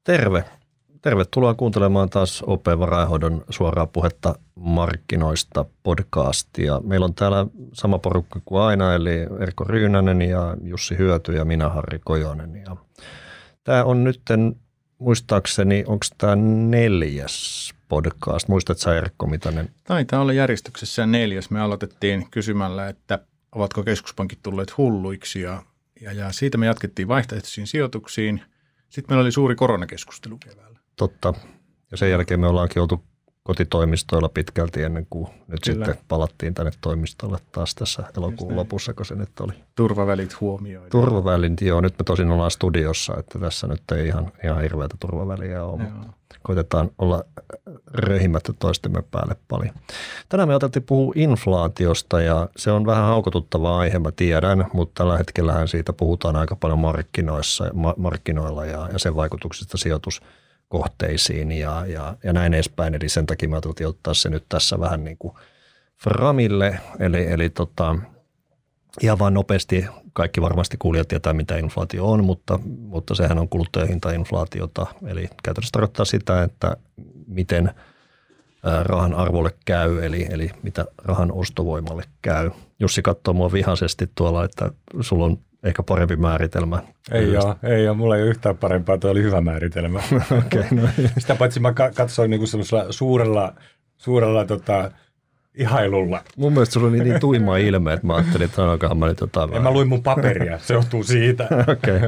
Terve. Tervetuloa kuuntelemaan taas OP-varainhoidon suoraa puhetta markkinoista podcastia. Meillä on täällä sama porukka kuin aina, eli Erkko Ryynänen ja Jussi Hyöty ja minä Harri Kojonen. Ja tämä on nyt, muistaakseni, onko tämä 4. podcast? Muistatko sä, Erkko, mitä ne? Taitaa olla järjestyksessä 4. Me aloitettiin kysymällä, että ovatko keskuspankit tulleet hulluiksi ja siitä me jatkettiin vaihtoehtoisiin sijoituksiin. Sitten meillä oli suuri koronakeskustelu keväällä. Totta. Ja sen jälkeen me ollaankin oltu kotitoimistoilla pitkälti ennen kuin nyt Kyllä. sitten palattiin tänne toimistolle taas tässä elokuun lopussa, kun se nyt oli. Turvavälit huomioida. Turvavälit, joo. Nyt me tosin ollaan studiossa, että tässä nyt ei ihan hirveätä turvaväliä ole. Koitetaan olla röhimättä toistemme päälle paljon. Tänään me otettiin puhua inflaatiosta ja se on vähän haukotuttava aihe, mä tiedän, mutta tällä hetkellähän siitä puhutaan aika paljon markkinoilla ja sen vaikutuksista sijoituskohteisiin ja näin edespäin. Eli sen takia me otettiin ottaa se nyt tässä vähän niin kuin framille, eli ihan vaan nopeasti kaikki varmasti kuulijat tietää, mitä inflaatio on, mutta sehän on kuluttajahintainflaatiota. Eli käytännössä tarkoittaa sitä, että miten rahan arvolle käy, eli mitä rahan ostovoimalle käy. Jussi katsoo mua vihaisesti tuolla, että sulla on ehkä parempi määritelmä. Ei ole. Mulla ei ole yhtään parempaa. Tuo oli hyvä määritelmä. Okay, no. Sitä paitsi mä katsoin niinku semmoisella suurella ihailulla. Mun mielestä sulla oli niin tuima ilme, että mä ajattelin, että sanoinkohan mä nyt jotain vähän. Mä luin mun paperia, se johtuu siitä. Okei.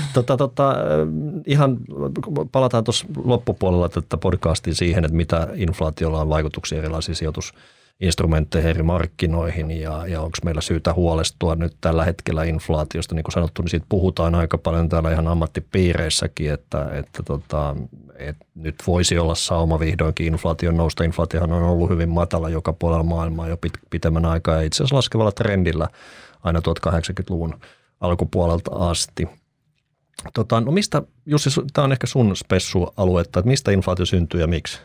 Ihan palataan tuossa loppupuolella tätä podcastia siihen, että mitä inflaatiolla on vaikutuksia erilaisiin sijoitusinstrumentteihin eri markkinoihin ja onko meillä syytä huolestua nyt tällä hetkellä inflaatiosta. Niin kuin sanottu, niin siitä puhutaan aika paljon täällä ihan ammattipiireissäkin, että nyt voisi olla sauma vihdoinkin inflaation nousta. Inflaatiohan on ollut hyvin matala joka puolella maailmaa jo pitemmän aikaa ja itse asiassa laskevalla trendillä aina 1980-luvun alkupuolelta asti. No mistä, Jussi, tämä on ehkä sun spessualuetta, että mistä inflaatio syntyy ja miksi?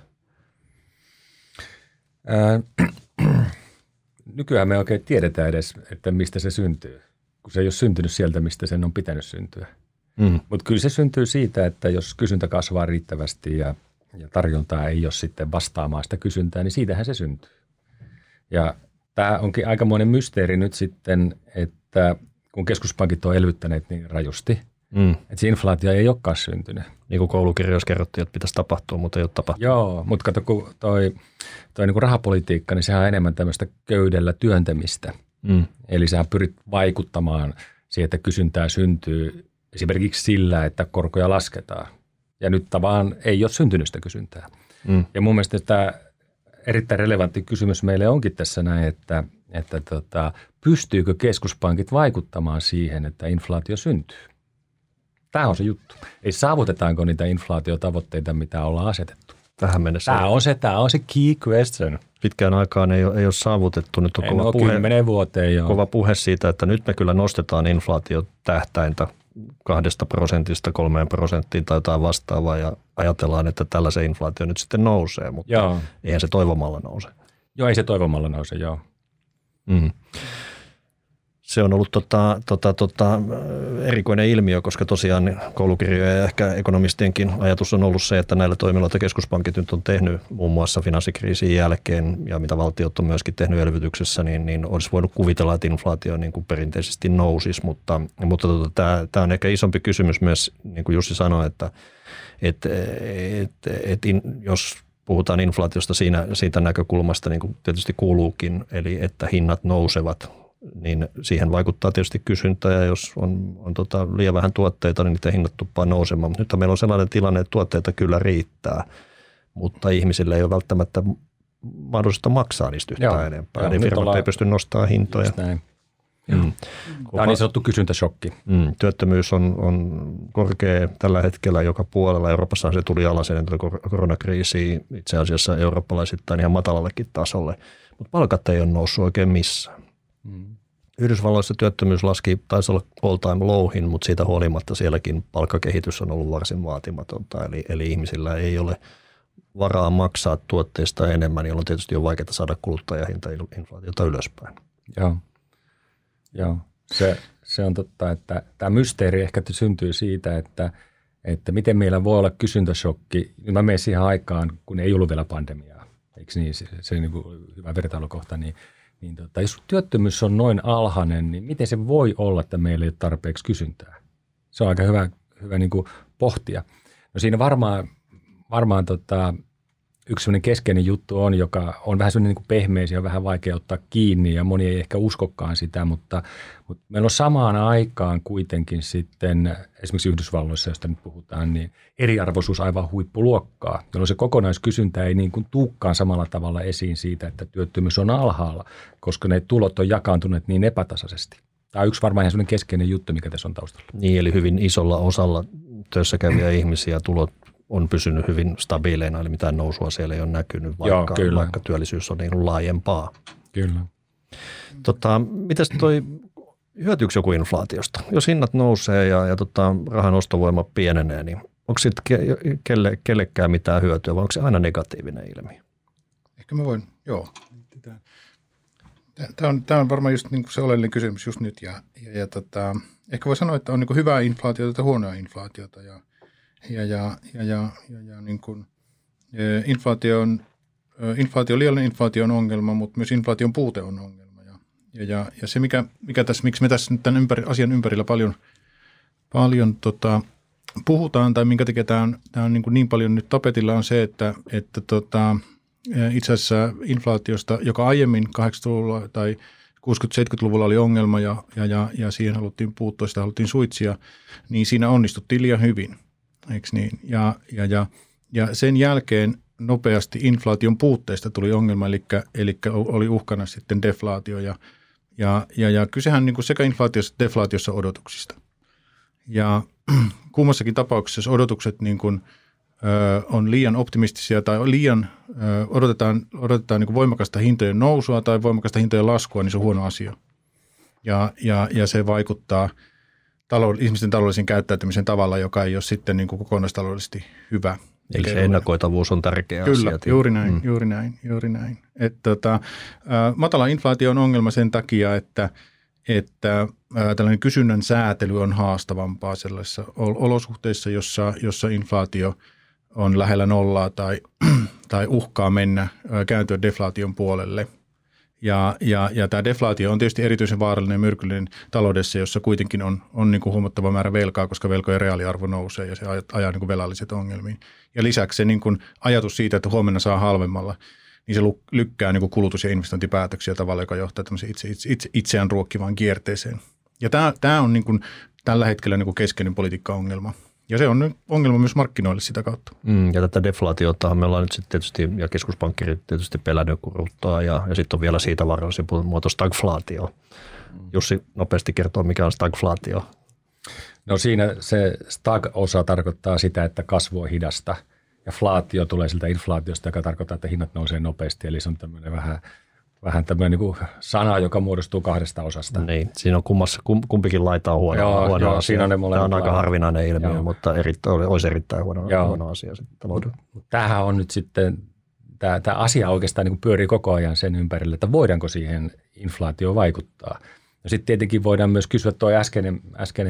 Nykyään me oikein tiedetään edes, että mistä se syntyy, kun se ei ole syntynyt sieltä, mistä sen on pitänyt syntyä. Mutta kyllä se syntyy siitä, että jos kysyntä kasvaa riittävästi ja tarjontaa ei ole sitten vastaamaan sitä kysyntää, niin siitähän se syntyy. Ja tämä onkin aikamoinen mysteeri nyt sitten, että kun keskuspankit on elvyttäneet niin rajusti, että se inflaatio ei olekaan syntynyt. Niin kuin koulukirjoissa kerrottiin, että pitäisi tapahtua, mutta ei ole tapahtunut. Joo, mutta kato, kun toi niin kuin rahapolitiikka, niin sehän on enemmän tämmöistä köydellä työntämistä. Eli sä pyrit vaikuttamaan siihen, että kysyntää syntyy esimerkiksi sillä, että korkoja lasketaan. Ja nyt tavallaan ei ole syntynyt sitä kysyntää. Ja mun mielestä tämä erittäin relevantti kysymys meille onkin tässä näin, että pystyykö keskuspankit vaikuttamaan siihen, että inflaatio syntyy? Tämä on se juttu. Ei saavutetaanko niitä inflaatiotavoitteita, mitä ollaan asetettu. Tähän mennessä. Tämä on se key question. Pitkään aikaan ei ole saavutettu. Nyt on kova puhe siitä, että nyt me kyllä nostetaan inflaatiotähtäintä 2% 3% tai jotain vastaavaa ja ajatellaan, että tällä se inflaatio nyt sitten nousee, mutta eihän se toivomalla nouse. Joo, ei se toivomalla nouse, joo. Se on ollut erikoinen ilmiö, koska tosiaan koulukirjojen ja ehkä ekonomistienkin ajatus on ollut se, että näillä toimilla, joita keskuspankit nyt on tehnyt muun muassa finanssikriisin jälkeen ja mitä valtiot on myöskin tehnyt elvytyksessä, niin olisi voinut kuvitella, että inflaatio niin kuin perinteisesti nousisi, mutta tämä on ehkä isompi kysymys myös, niin kuin Jussi sanoi, että jos puhutaan inflaatiosta siitä näkökulmasta, niin kuin tietysti kuuluukin, eli että hinnat nousevat, niin siihen vaikuttaa tietysti kysyntä ja jos on liian vähän tuotteita, niin niiden hinnat tuppaa nousemaan. Nyt meillä on sellainen tilanne, että tuotteita kyllä riittää, mutta ihmisille ei ole välttämättä mahdollista maksaa niistä yhtään enempää. Eli firmat ei pysty nostamaan hintoja. Tämä on niin sanottu kysyntäshokki. Työttömyys on korkea tällä hetkellä joka puolella. Euroopassa se tuli alas ennen koronakriisiä itse asiassa eurooppalaisittain ihan matalallekin tasolle, mutta palkat ei ole noussut oikein missään. Yhdysvalloissa työttömyys taisi olla all time lowhin, mutta siitä huolimatta sielläkin palkkakehitys on ollut varsin vaatimatonta. Eli ihmisillä ei ole varaa maksaa tuotteista enemmän, jolloin tietysti on vaikeaa saada kuluttajahintainflaatiota ylöspäin. Joo. Se on totta, että tämä mysteeri ehkä syntyy siitä, että että miten meillä voi olla kysyntäshokki. Mä menen siihen aikaan, kun ei ollut vielä pandemiaa. Eikö niin? Se on niin kuin hyvä vertailukohta. Niin jos työttömyys on noin alhainen, niin miten se voi olla, että meillä ei ole tarpeeksi kysyntää? Se on aika hyvä niin kuin pohtia. No siinä varmaan yksi sellainen keskeinen juttu on, joka on vähän sellainen niin kuin pehmeisiä ja vähän vaikea ottaa kiinni ja moni ei ehkä uskokaan sitä, mutta meillä on samaan aikaan kuitenkin sitten esimerkiksi Yhdysvalloissa, josta nyt puhutaan, niin eriarvoisuus aivan huippuluokkaa, jolloin se kokonaiskysyntä ei niin kuin tuukkaan samalla tavalla esiin siitä, että työttömyys on alhaalla, koska ne tulot on jakaantuneet niin epätasaisesti. Tämä on yksi varmaan ihan sellainen keskeinen juttu, mikä tässä on taustalla. Niin, eli hyvin isolla osalla töissä käviä ihmisiä tulot on pysynyt hyvin stabiileina, eli mitään nousua siellä ei ole näkynyt, vaikka työllisyys on niin laajempaa. Kyllä. Mitäs hyötyykö joku inflaatiosta? Jos hinnat nousee ja rahan ostovoima pienenee, niin onko sitten kellekään mitään hyötyä vai onko se aina negatiivinen ilmiö? Ehkä mä voin, joo. Tämä on varmaan just niin kuin se oleellinen kysymys just nyt ehkä voi sanoa, että on niin kuin hyvää inflaatiota ja huonoa inflaatiota ja niin kuin, liiallinen inflaatio on ongelma, mutta myös inflaation puute on ongelma. Ja se, mikä tässä, miksi me tässä nyt tämän asian ympärillä paljon puhutaan, tai minkä takia tämä on niin paljon nyt tapetilla, on se, että itse asiassa inflaatiosta, joka aiemmin 80-luvulla tai 60-70-luvulla oli ongelma ja siihen haluttiin puuttua, sitä haluttiin suitsia, niin siinä onnistuttiin liian hyvin. Eikö niin? Ja sen jälkeen nopeasti inflaation puutteesta tuli ongelma, eli oli uhkana sitten deflaatio. Ja kysehän niin kuin sekä inflaatiossa että deflaatiossa odotuksista. Ja kummassakin tapauksessa, jos odotukset niin kuin, on liian optimistisia tai odotetaan niin kuin voimakasta hintojen nousua tai voimakasta hintojen laskua, niin se on huono asia. Ja se vaikuttaa ihmisten taloudellisen käyttäytymisen tavalla, joka ei ole sitten niin kuin kokonaistaloudellisesti hyvä. Eli se ennakoitavuus on tärkeä asia. Kyllä, juuri näin. Matala inflaatio on ongelma sen takia, että tällainen kysynnän säätely on haastavampaa sellaisissa olosuhteissa, jossa inflaatio on lähellä nollaa tai uhkaa kääntyä deflaation puolelle. Ja tämä deflaatio on tietysti erityisen vaarallinen ja myrkyllinen taloudessa, jossa kuitenkin on niin kuin huomattava määrä velkaa, koska velkojen reaaliarvo nousee ja se ajaa niin kuin velalliset ongelmiin. Ja lisäksi se niin kuin ajatus siitä, että huomenna saa halvemmalla, niin se lykkää niin kuin kulutus- ja investointipäätöksiä tavalla, joka johtaa tämmöiseen itseään ruokkivaan kierteeseen. Ja tämä on niin kuin tällä hetkellä niin kuin keskeinen politiikkaongelma. Ja se on ongelma myös markkinoille sitä kautta. Ja tätä deflaatiota me ollaan nyt sitten tietysti, ja keskuspankkirit tietysti pelännyt kuruttaa, ja sitten on vielä siitä varoisin muoto stagflaatio. Jussi nopeasti kertoo, mikä on stagflaatio. No siinä se stag-osa tarkoittaa sitä, että kasvu on hidasta, ja flaatio tulee siltä inflaatiosta, joka tarkoittaa, että hinnat nousee nopeasti, eli se on tämmöinen vähän tämmöinen niin kuin sana, joka muodostuu kahdesta osasta. Niin, siinä on kumpikin laita on huono asia. Siinä on tämä on aika harvinainen ilmiö, mutta olisi erittäin huono asia taloudella. Tämähän on nyt sitten, tämä asia oikeastaan niin kuin pyörii koko ajan sen ympärillä, että voidaanko siihen inflaatioon vaikuttaa. No sitten tietenkin voidaan myös kysyä tuo äskeinen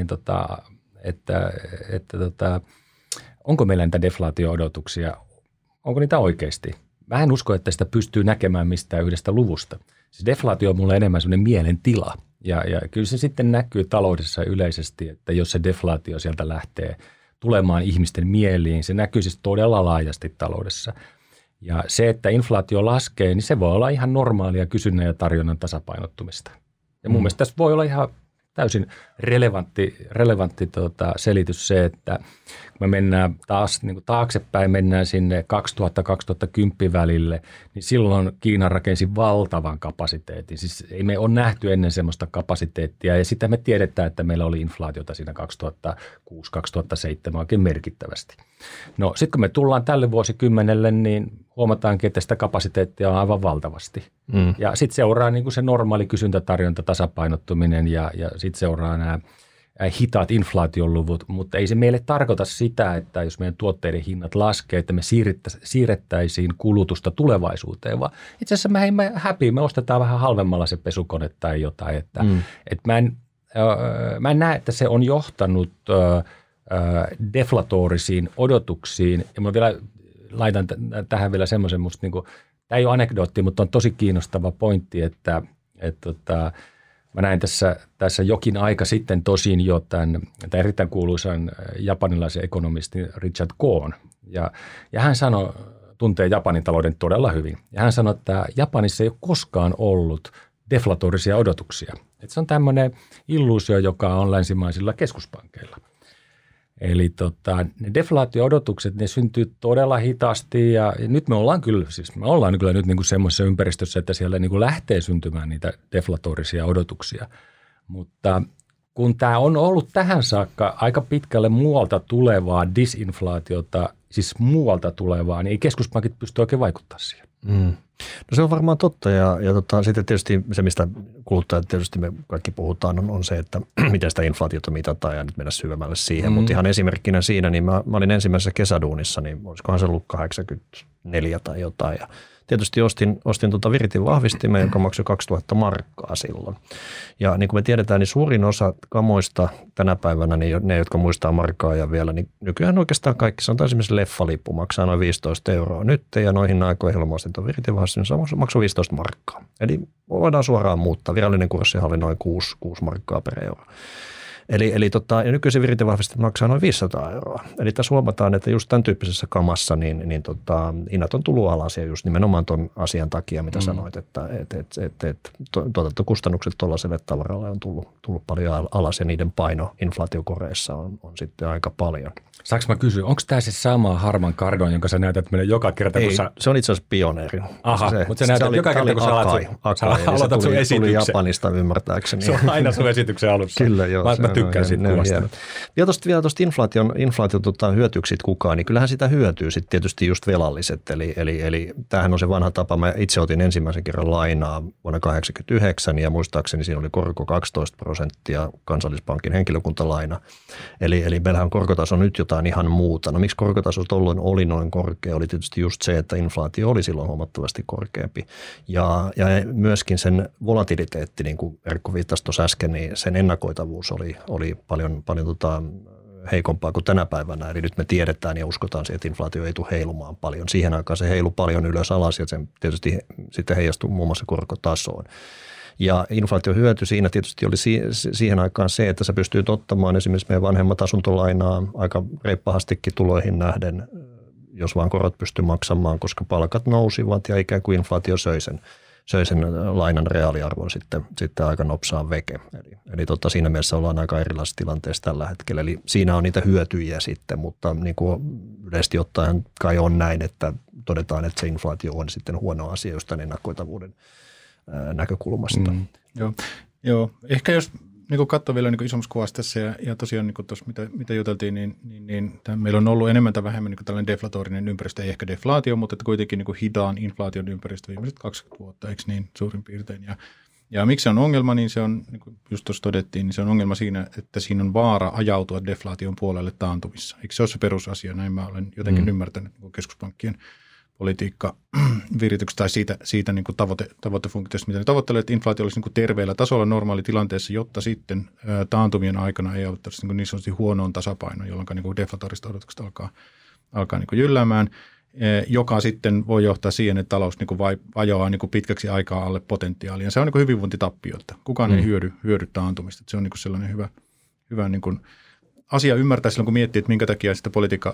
että onko meillä niitä deflaatio-odotuksia, onko niitä oikeasti? Mä en usko, että sitä pystyy näkemään mistään yhdestä luvusta. Siis deflaatio on mulle enemmän sellainen mielentila. Ja kyllä se sitten näkyy taloudessa yleisesti, että jos se deflaatio sieltä lähtee tulemaan ihmisten mieliin, se näkyy siis todella laajasti taloudessa. Ja se, että inflaatio laskee, niin se voi olla ihan normaalia kysynnän ja tarjonnan tasapainottumista. Ja mun mielestä tässä voi olla ihan täysin relevantti selitys se, että kun me mennään taas niin kuin taaksepäin, mennään sinne 2000-2010 välille, niin silloin Kiina rakensi valtavan kapasiteetin. Siis ei me ole nähty ennen semmoista kapasiteettia ja sitä me tiedetään, että meillä oli inflaatiota siinä 2006-2007 oikein merkittävästi. No sitten kun me tullaan tälle vuosikymmenelle, niin huomataankin, että sitä kapasiteettia on aivan valtavasti. Ja sitten seuraa niin kuin se normaali kysyntätarjonta, tasapainottuminen ja sitten seuraa nämä hitaat inflaatioluvut, mutta ei se meille tarkoita sitä, että jos meidän tuotteiden hinnat laskee, että me siirrettäisiin kulutusta tulevaisuuteen, vaan itse asiassa me ostetaan vähän halvemmalla se pesukone tai jotain. Että mä en näe, että se on johtanut deflatorisiin odotuksiin. Ja mä vielä laitan tähän vielä semmoisen, musta niin kuin, tämä ei ole anekdootti, mutta on tosi kiinnostava pointti, että mä näin tässä jokin aika sitten tosin jo tämän erittäin kuuluisan japanilaisen ekonomistin Richard Cohn. Ja hän sanoi, tuntee Japanin talouden todella hyvin. Ja hän sanoi, että Japanissa ei ole koskaan ollut deflatorisia odotuksia. Että se on tämmöinen illuusio, joka on länsimaisilla keskuspankeilla. Eli ne deflaatio-odotukset, ne syntyy todella hitaasti ja nyt me ollaan kyllä nyt niin kuin semmoisessa ympäristössä, että siellä niin kuin lähtee syntymään niitä deflatorisia odotuksia. Mutta kun tämä on ollut tähän saakka aika pitkälle muualta tulevaa disinflaatiota, siis muualta tulevaa, niin ei keskuspankit pysty oikein vaikuttamaan siihen. No se on varmaan totta ja sitten tietysti se, mistä kuluttajat tietysti me kaikki puhutaan, on se, että miten sitä inflaatiota mitataan ja nyt mennä syvemmälle siihen. Mutta ihan esimerkkinä siinä, niin mä olin ensimmäisessä kesäduunissa, niin olisikohan se ollut 84 tai jotain ja tietysti ostin Viritin vahvistimen, joka maksoi 2000 markkaa silloin. Ja niin kuin me tiedetään, niin suurin osa kamoista tänä päivänä, niin ne, jotka muistaa markkaa ja vielä, niin nykyään oikeastaan kaikki, sanotaan esimerkiksi leffalippu maksaa noin 15 euroa nyt, ja noihin aikoihin, jolloin ostin Viritin vahvistimen, se maksoi 15 markkaa. Eli voidaan suoraan muuttaa. Virallinen kurssi oli noin 6 markkaa per euro. Eli ja nykyisin viritevahvistit maksaa noin 500 euroa. Eli tässä huomataan, että just tämän tyyppisessä kamassa niin hinnat on tullut alas ja just nimenomaan tuon asian takia, mitä sanoit, että tuotantokustannukset tuollaiselle tavaralle on tullut paljon alas ja niiden paino inflaatiokoreissa on sitten aika paljon. Saanko mä kysyä, onko tämä se sama Harman Kardon, jonka sä näytät meille joka kerta, kun sä... se on itse asiassa Pioneeri. Aha, mutta sä näytät joka kerta, kun sä aloitat sun esityksen. Tuli Japanista ymmärtääkseni. Se on aina sun esityksen alussa. Kyllä, joo. Mä tykkään siitä kuvasta. Vielä tuosta inflaation hyötyykö sit kukaan, niin kyllähän sitä hyötyy sitten tietysti just velalliset. Eli tämähän on se vanha tapa. Mä itse otin ensimmäisen kerran lainaa vuonna 1989 ja muistaakseni siinä oli korko 12%, Kansallispankin henkilökuntalaina. Eli meillähän korkotaso nyt jotain ihan muuta. No miksi korkotaso tolloin oli noin korkea? Oli tietysti just se, että inflaatio oli silloin huomattavasti korkeampi. Ja myöskin sen volatiliteetti, niin kuin Erkko viittasi tuossa äsken, niin sen ennakoitavuus oli paljon heikompaa kuin tänä päivänä. Eli nyt me tiedetään ja uskotaan siihen, että inflaatio ei tule heilumaan paljon. Siihen aikaan se heilu paljon ylös alas ja sen tietysti sitten heijastuu muun muassa korkotasoon. Ja inflaatiohyöty siinä tietysti oli siihen aikaan se, että sä pystyt ottamaan esimerkiksi meidän vanhemmat asuntolainaa aika reippahastikin tuloihin nähden, jos vaan korot pystyi maksamaan, koska palkat nousivat ja ikään kuin inflaatio söi sen lainan reaaliarvon sitten aika nopsaan veke. Eli siinä mielessä ollaan aika erilaisessa tilanteessa tällä hetkellä. Eli siinä on niitä hyötyjiä sitten, mutta niin kuin yleisesti ottaen kai on näin, että todetaan, että se inflaatio on sitten huono asia jostain ennakoitavuuden näkökulmasta. Joo. Ehkä jos niin katsoo vielä niin isommassa kuvassa tässä ja tosiaan niin tuossa mitä juteltiin, niin meillä on ollut enemmän tai vähemmän niin tällainen deflatorinen ympäristö, ei ehkä deflaatio, mutta että kuitenkin niin hitaan inflaation ympäristö viimeiset 20 vuotta, eikö niin suurin piirtein. Ja miksi se on ongelma, niin se on, niin kuin just tuossa todettiin, niin se on ongelma siinä, että siinä on vaara ajautua deflaation puolelle taantumissa. Eikö se ole se perusasia? Näin mä olen jotenkin ymmärtänyt niin keskuspankkien politiikkaviritykset tai siitä niin kuin tavoitefunktiosta, mitä ne tavoittelee, että inflaatio olisi niin kuin terveellä tasolla normaalitilanteessa, jotta sitten taantumien aikana ei auttaisi niin sanotusti huonoon tasapainoon, jolloin niin deflatorista odotukset alkaa niin kuin jylläämään, joka sitten voi johtaa siihen, että talous niin kuin vajoaa niin kuin pitkäksi aikaa alle potentiaalia. Se on niin kuin hyvinvointitappio, että kukaan ei hyödy taantumista. Että se on niin kuin sellainen hyvä niin kuin asia ymmärtää silloin, kun miettii, että minkä takia sitä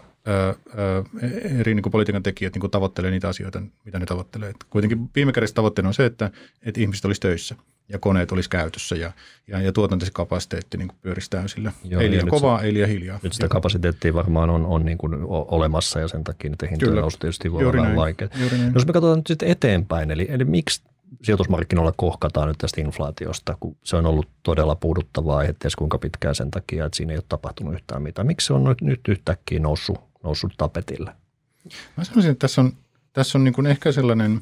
eri niin kuin politiikan tekijät niin kuin tavoittelee niitä asioita, mitä ne tavoittelee. Että kuitenkin viime kädessä tavoitteena on se, että ihmiset olisi töissä ja koneet olisi käytössä ja tuotantokapasiteetti niin kuin pyörisi täysillä. Ei liian kovaa, ei liian hiljaa. Nyt sitä kapasiteettia varmaan on niin kuin olemassa ja sen takia niitä hintoja nousu tietysti voi olla vähän vaikea. Jos me katsotaan nyt sitten eteenpäin, eli miksi sijoitusmarkkinoilla kohkataan nyt tästä inflaatiosta, kun se on ollut todella puuduttavaa, ei tiedä kuinka pitkään sen takia, että siinä ei ole tapahtunut yhtään mitään. Miksi se on nyt yhtäkkiä noussut tapetille? Mä sanoisin, että tässä on niin kuin ehkä sellainen,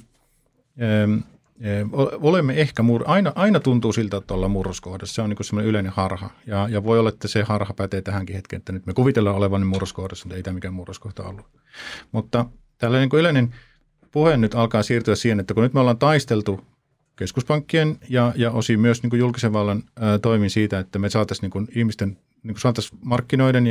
olemme ehkä, aina tuntuu siltä, että ollaan murroskohdassa. Se on niin kuin sellainen yleinen harha ja voi olla, että se harha pätee tähänkin hetkeen, että nyt me kuvitellaan olevan murroskohdassa, mutta ei tämä mikään murroskohta ollut. Mutta tällainen niin kuin yleinen puhe nyt alkaa siirtyä siihen, että kun nyt me ollaan taisteltu keskuspankkien ja osin myös niin kuin julkisen vallan toimin siitä, että me saataisiin niin kuin ihmisten niin kuin saataisiin markkinoiden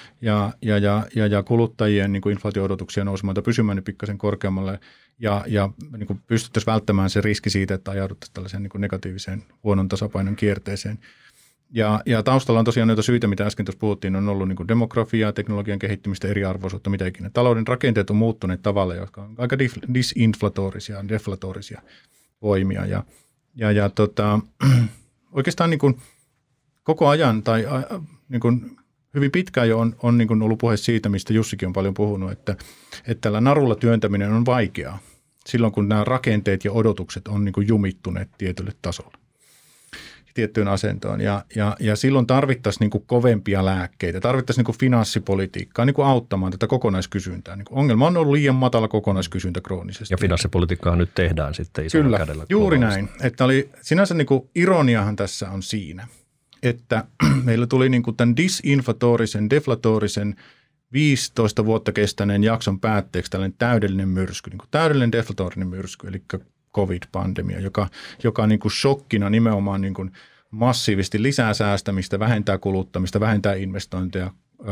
ja kuluttajien niin kuin inflaatio-odotuksia nousemaan tai pysymään ne pikkasen korkeammalle ja niin kuin pystyttäisiin välttämään se riski siitä, että ajauduttaisiin tällaiseen niin kuin negatiiviseen huonon tasapainon kierteeseen. Ja taustalla on tosiaan noita syitä, mitä äsken tuossa puhuttiin, on ollut niin kuin demografiaa, teknologian kehittymistä, eriarvoisuutta, mitä ikinä. Talouden rakenteet on muuttuneet tavalla, jotka on aika disinflatorisia, deflatorisia voimia. Ja oikeastaan niin kuin koko ajan tai niin kuin hyvin pitkään jo on niin kuin ollut puhe siitä, mistä Jussikin on paljon puhunut, että tällä narulla työntäminen on vaikeaa silloin, kun nämä rakenteet ja odotukset on niin kuin jumittuneet tietylle tasolle, tiettyyn asentoon. Ja silloin tarvittaisiin niin kuin kovempia lääkkeitä, tarvittaisiin niin kuin finanssipolitiikkaa niin kuin auttamaan tätä kokonaiskysyntää. Niin kuin ongelma on ollut liian matala kokonaiskysyntä kroonisesti. Ja finanssipolitiikkaa nyt tehdään sitten isolla kädellä. Kyllä, juuri näin. Että oli, sinänsä niin kuin ironiahan tässä on siinä, että meillä tuli niin kuin tämän disinflatorisen, deflatorisen 15 vuotta kestäneen jakson päätteeksi tällainen täydellinen myrsky, niin kuin täydellinen deflatorinen myrsky, eli COVID-pandemia, joka niin kuin shokkina nimenomaan niin kuin massiivisesti lisää säästämistä, vähentää kuluttamista, vähentää investointeja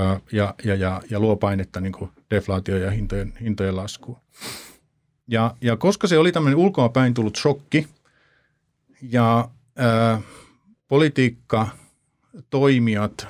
ja luo painetta niin kuin deflaatio- ja hintojen laskuun. Ja koska se oli tämmöinen ulkoapäin tullut shokki ja politiikka, toimijat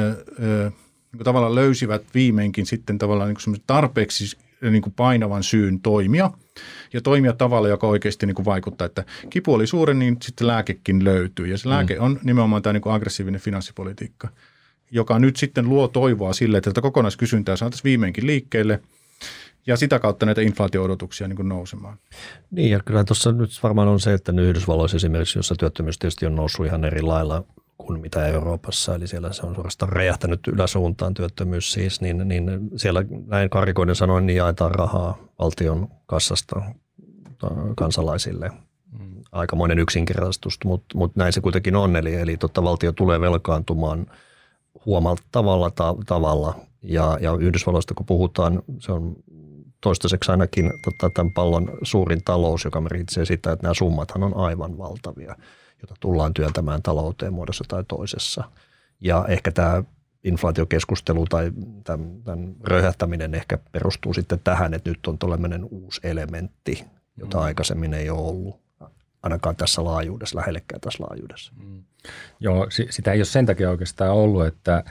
niin tavallaan löysivät viimeinkin sitten tavallaan niin tarpeeksi niin painavan syyn toimia ja toimia tavalla, joka oikeasti niin vaikuttaa, että kipu oli suuri, niin sitten lääkekin löytyy. Ja se lääke on nimenomaan tämä niin aggressiivinen finanssipolitiikka, joka nyt sitten luo toivoa sille, että tätä kokonaiskysyntää saataisiin viimeinkin liikkeelle ja sitä kautta näitä inflaatio-odotuksia niin nousemaan. Niin ja kyllä tuossa nyt varmaan on se, että Yhdysvalloissa esimerkiksi, jossa työttömyys tietysti on noussut ihan eri lailla kuin mitä Euroopassa, eli siellä se on suorastaan räjähtänyt yläsuuntaan työttömyys siis, niin siellä näin karikoiden sanoen niin jaetaan rahaa valtion kassasta kansalaisille. Aikamoinen yksinkertaistus, mutta näin se kuitenkin on, eli valtio tulee velkaantumaan huomattavalla tavalla ja Yhdysvalloista kun puhutaan, se on toistaiseksi ainakin tämän pallon suurin talous, joka merkitsee sitä, että nämä summathan on aivan valtavia, jota tullaan työntämään talouteen muodossa tai toisessa. Ja ehkä tämä inflaatiokeskustelu tai tämän röyhähtäminen ehkä perustuu sitten tähän, että nyt on tällainen uusi elementti, jota aikaisemmin ei ole ollut, ainakaan tässä laajuudessa, lähellekään tässä laajuudessa. Joo, sitä ei ole sen takia oikeastaan ollut, että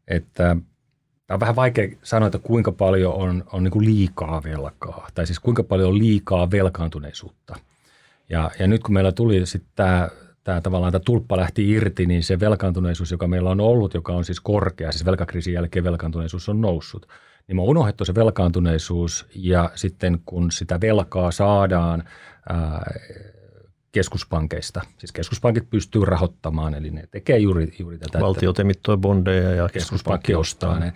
on vähän vaikea sanoa, että kuinka paljon on niin kuin liikaa velkaa, tai siis kuinka paljon on liikaa velkaantuneisuutta. Ja nyt kun meillä tuli sitten tämä tavallaan tämä tulppa lähti irti, niin se velkaantuneisuus, joka meillä on ollut, joka on siis korkea, siis velkakriisin jälkeen velkaantuneisuus on noussut, niin me on unohdettu se velkaantuneisuus ja sitten kun sitä velkaa saadaan keskuspankeista, siis keskuspankit pystyy rahoittamaan, eli ne tekee juuri tätä. Valtiot emittoi bondeja ja keskuspankki ostaa ne.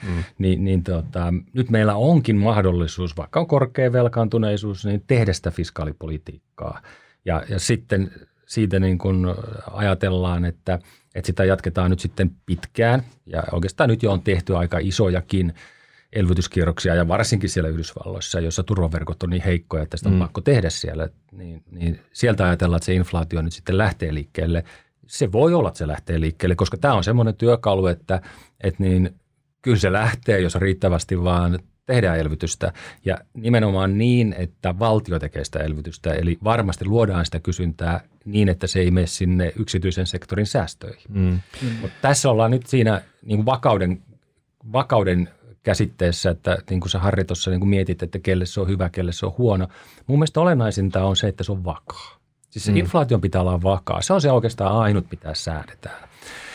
Nyt meillä onkin mahdollisuus, vaikka on korkea velkaantuneisuus, niin tehdä sitä fiskaalipolitiikkaa. Ja sitten siitä niin kuin ajatellaan, että sitä jatketaan nyt sitten pitkään ja oikeastaan nyt jo on tehty aika isojakin elvytyskierroksia ja varsinkin siellä Yhdysvalloissa, jossa turvaverkot on niin heikkoja, että sitä on pakko tehdä siellä, niin sieltä ajatellaan, että se inflaatio nyt sitten lähtee liikkeelle. Se voi olla, että se lähtee liikkeelle, koska tämä on semmoinen työkalu, että niin kyllä se lähtee, jos riittävästi vaan tehdään elvytystä ja nimenomaan niin, että valtio tekee sitä elvytystä, eli varmasti luodaan sitä kysyntää niin, että se ei mene sinne yksityisen sektorin säästöihin. Mutta tässä ollaan nyt siinä niin kuin vakauden käsitteessä, että niin kuin sä Harri tuossa niin kuin mietit, että kelle se on hyvä, kelle se on huono. Mun mielestä olennaisinta on se, että se on vakaa. Siis se inflaation pitää olla vakaa. Se on se oikeastaan ainut, mitä säädetään.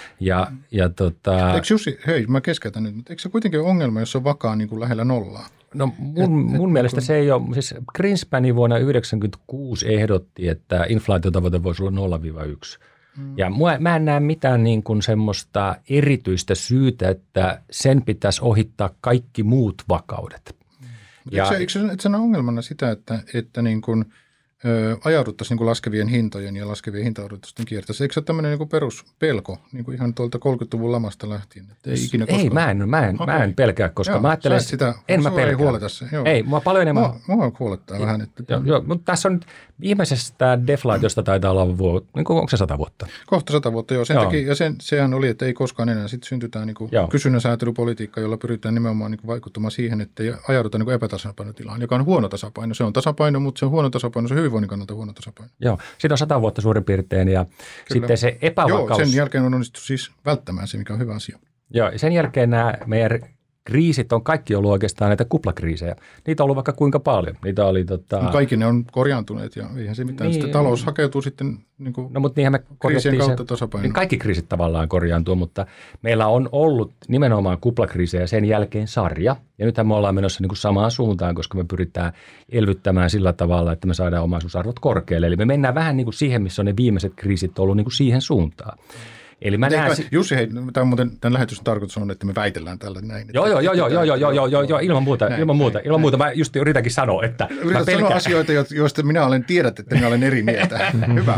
Eikö Jussi, hei mä keskeytän nyt, mutta eikö se kuitenkin ole ongelma, jos se on vakaa niin kuin lähellä nollaa? No mun mielestä se ei ole, siis Greenspan vuonna 1996 ehdotti, että inflaatiotavoite voisi olla 0-1. Ja mä en näe mitään niin kuin semmoista erityistä syytä, että sen pitäisi ohittaa kaikki muut vakaudet. Eikö se ole ongelmana sitä, että niin kuin, ajauduttaisiin niin laskevien hintojen ja laskevien hintaodotusten kiertäessä. Eikö se ole tämmöinen niin peruspelko niin kuin ihan tuolta 30-luvun lamasta lähtien? Että ei ikinä koskaan. Mä en pelkää, koska mä ajattelen, sitä, mä pelkää. Ei huoleta se. Joo. Ei, mua paljon enemmän. Mua huolettaa vähän. Että joo, mutta tässä on viimeisestä deflaatiosta taitaa olla niin onko se 100 vuotta? Kohta 100 vuotta, joo. Sen takia, ja sehän oli, että ei koskaan enää. Sitten syntytään niin kysynnän säätelypolitiikka, jolla pyritään nimenomaan niin vaikuttamaan siihen, että ei ajauduta niin epätasapainotilaan, joka on huono tasapaino. Se on tasapaino, mutta se on huono tasapaino, se on hyvinvoinnin kannalta huono tasapaino. Joo, siitä on 100 vuotta suurin piirtein ja kyllä. Sitten se epävakaus. Joo, sen jälkeen on onnistunut siis välttämään se, mikä on hyvä asia. Joo, sen jälkeen nämä meidän kriisit on kaikki ollut oikeastaan näitä kuplakriisejä. Niitä on ollut vaikka kuinka paljon. Niitä oli kaikki ne on korjaantuneet ja eihän se mitään. Sitten talous hakeutuu sitten niin kuin mutta me kriisien kautta tasapainoon. Kaikki kriisit tavallaan korjaantuu, mutta meillä on ollut nimenomaan kuplakriisejä sen jälkeen sarja. Ja nythän me ollaan menossa niin kuin samaan suuntaan, koska me pyritään elvyttämään sillä tavalla, että me saadaan omaisuusarvot korkealle. Eli me mennään vähän niin kuin siihen, missä on ne viimeiset kriisit ollut niin kuin siihen suuntaan. Eli mä näen... Jussi, hei, tämän lähetyksen tarkoitus on, että me väitellään tällä näin. Joo, ilman muuta. Mä just yritänkin sanoa, että... Yrität sanoa asioita, joista minä tiedät, että minä olen eri mieltä. Hyvä.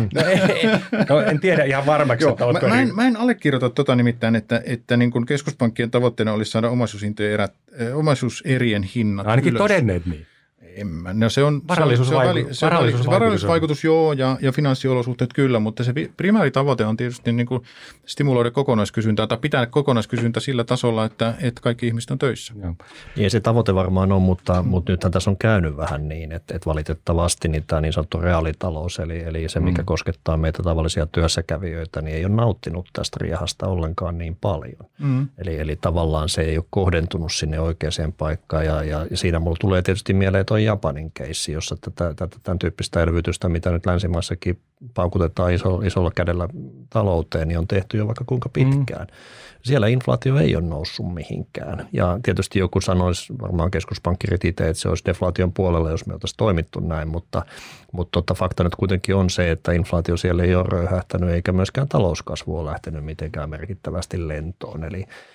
En tiedä ihan varmaksi, että oletko eri. Mä en allekirjoita nimittäin, että niin kuin keskuspankkien tavoitteena olisi saada omaisuuserien hinnat ainakin ylös. Todenneet niin. No se on varallisuusvaikutus, joo, ja finanssiolosuhteet kyllä, mutta se primääritavoite on tietysti niin kuin stimuloida kokonaiskysyntää tai pitää kokonaiskysyntä sillä tasolla, että kaikki ihmiset on töissä. Ja se tavoite varmaan on, mutta nythän tässä on käynyt vähän niin, että valitettavasti niin tämä niin sanottu reaalitalous, eli se mikä koskettaa meitä tavallisia työssäkävijöitä, niin ei ole nauttinut tästä riehasta ollenkaan niin paljon. Eli tavallaan se ei ole kohdentunut sinne oikeaan paikkaan ja siinä mulla tulee tietysti mieleen toi Japanin keissi, jossa tämän tyyppistä elvytystä, mitä nyt länsimaissakin paukutetaan isolla kädellä talouteen, niin on tehty jo vaikka kuinka pitkään. Siellä inflaatio ei ole noussut mihinkään. Ja tietysti joku sanoisi, varmaan keskuspankkirit itse, että se olisi deflaation puolella, jos me oltaisiin toimittu näin, mutta fakta nyt kuitenkin on se, että inflaatio siellä ei ole röyhähtänyt eikä myöskään talouskasvu ole lähtenyt mitenkään merkittävästi lentoon.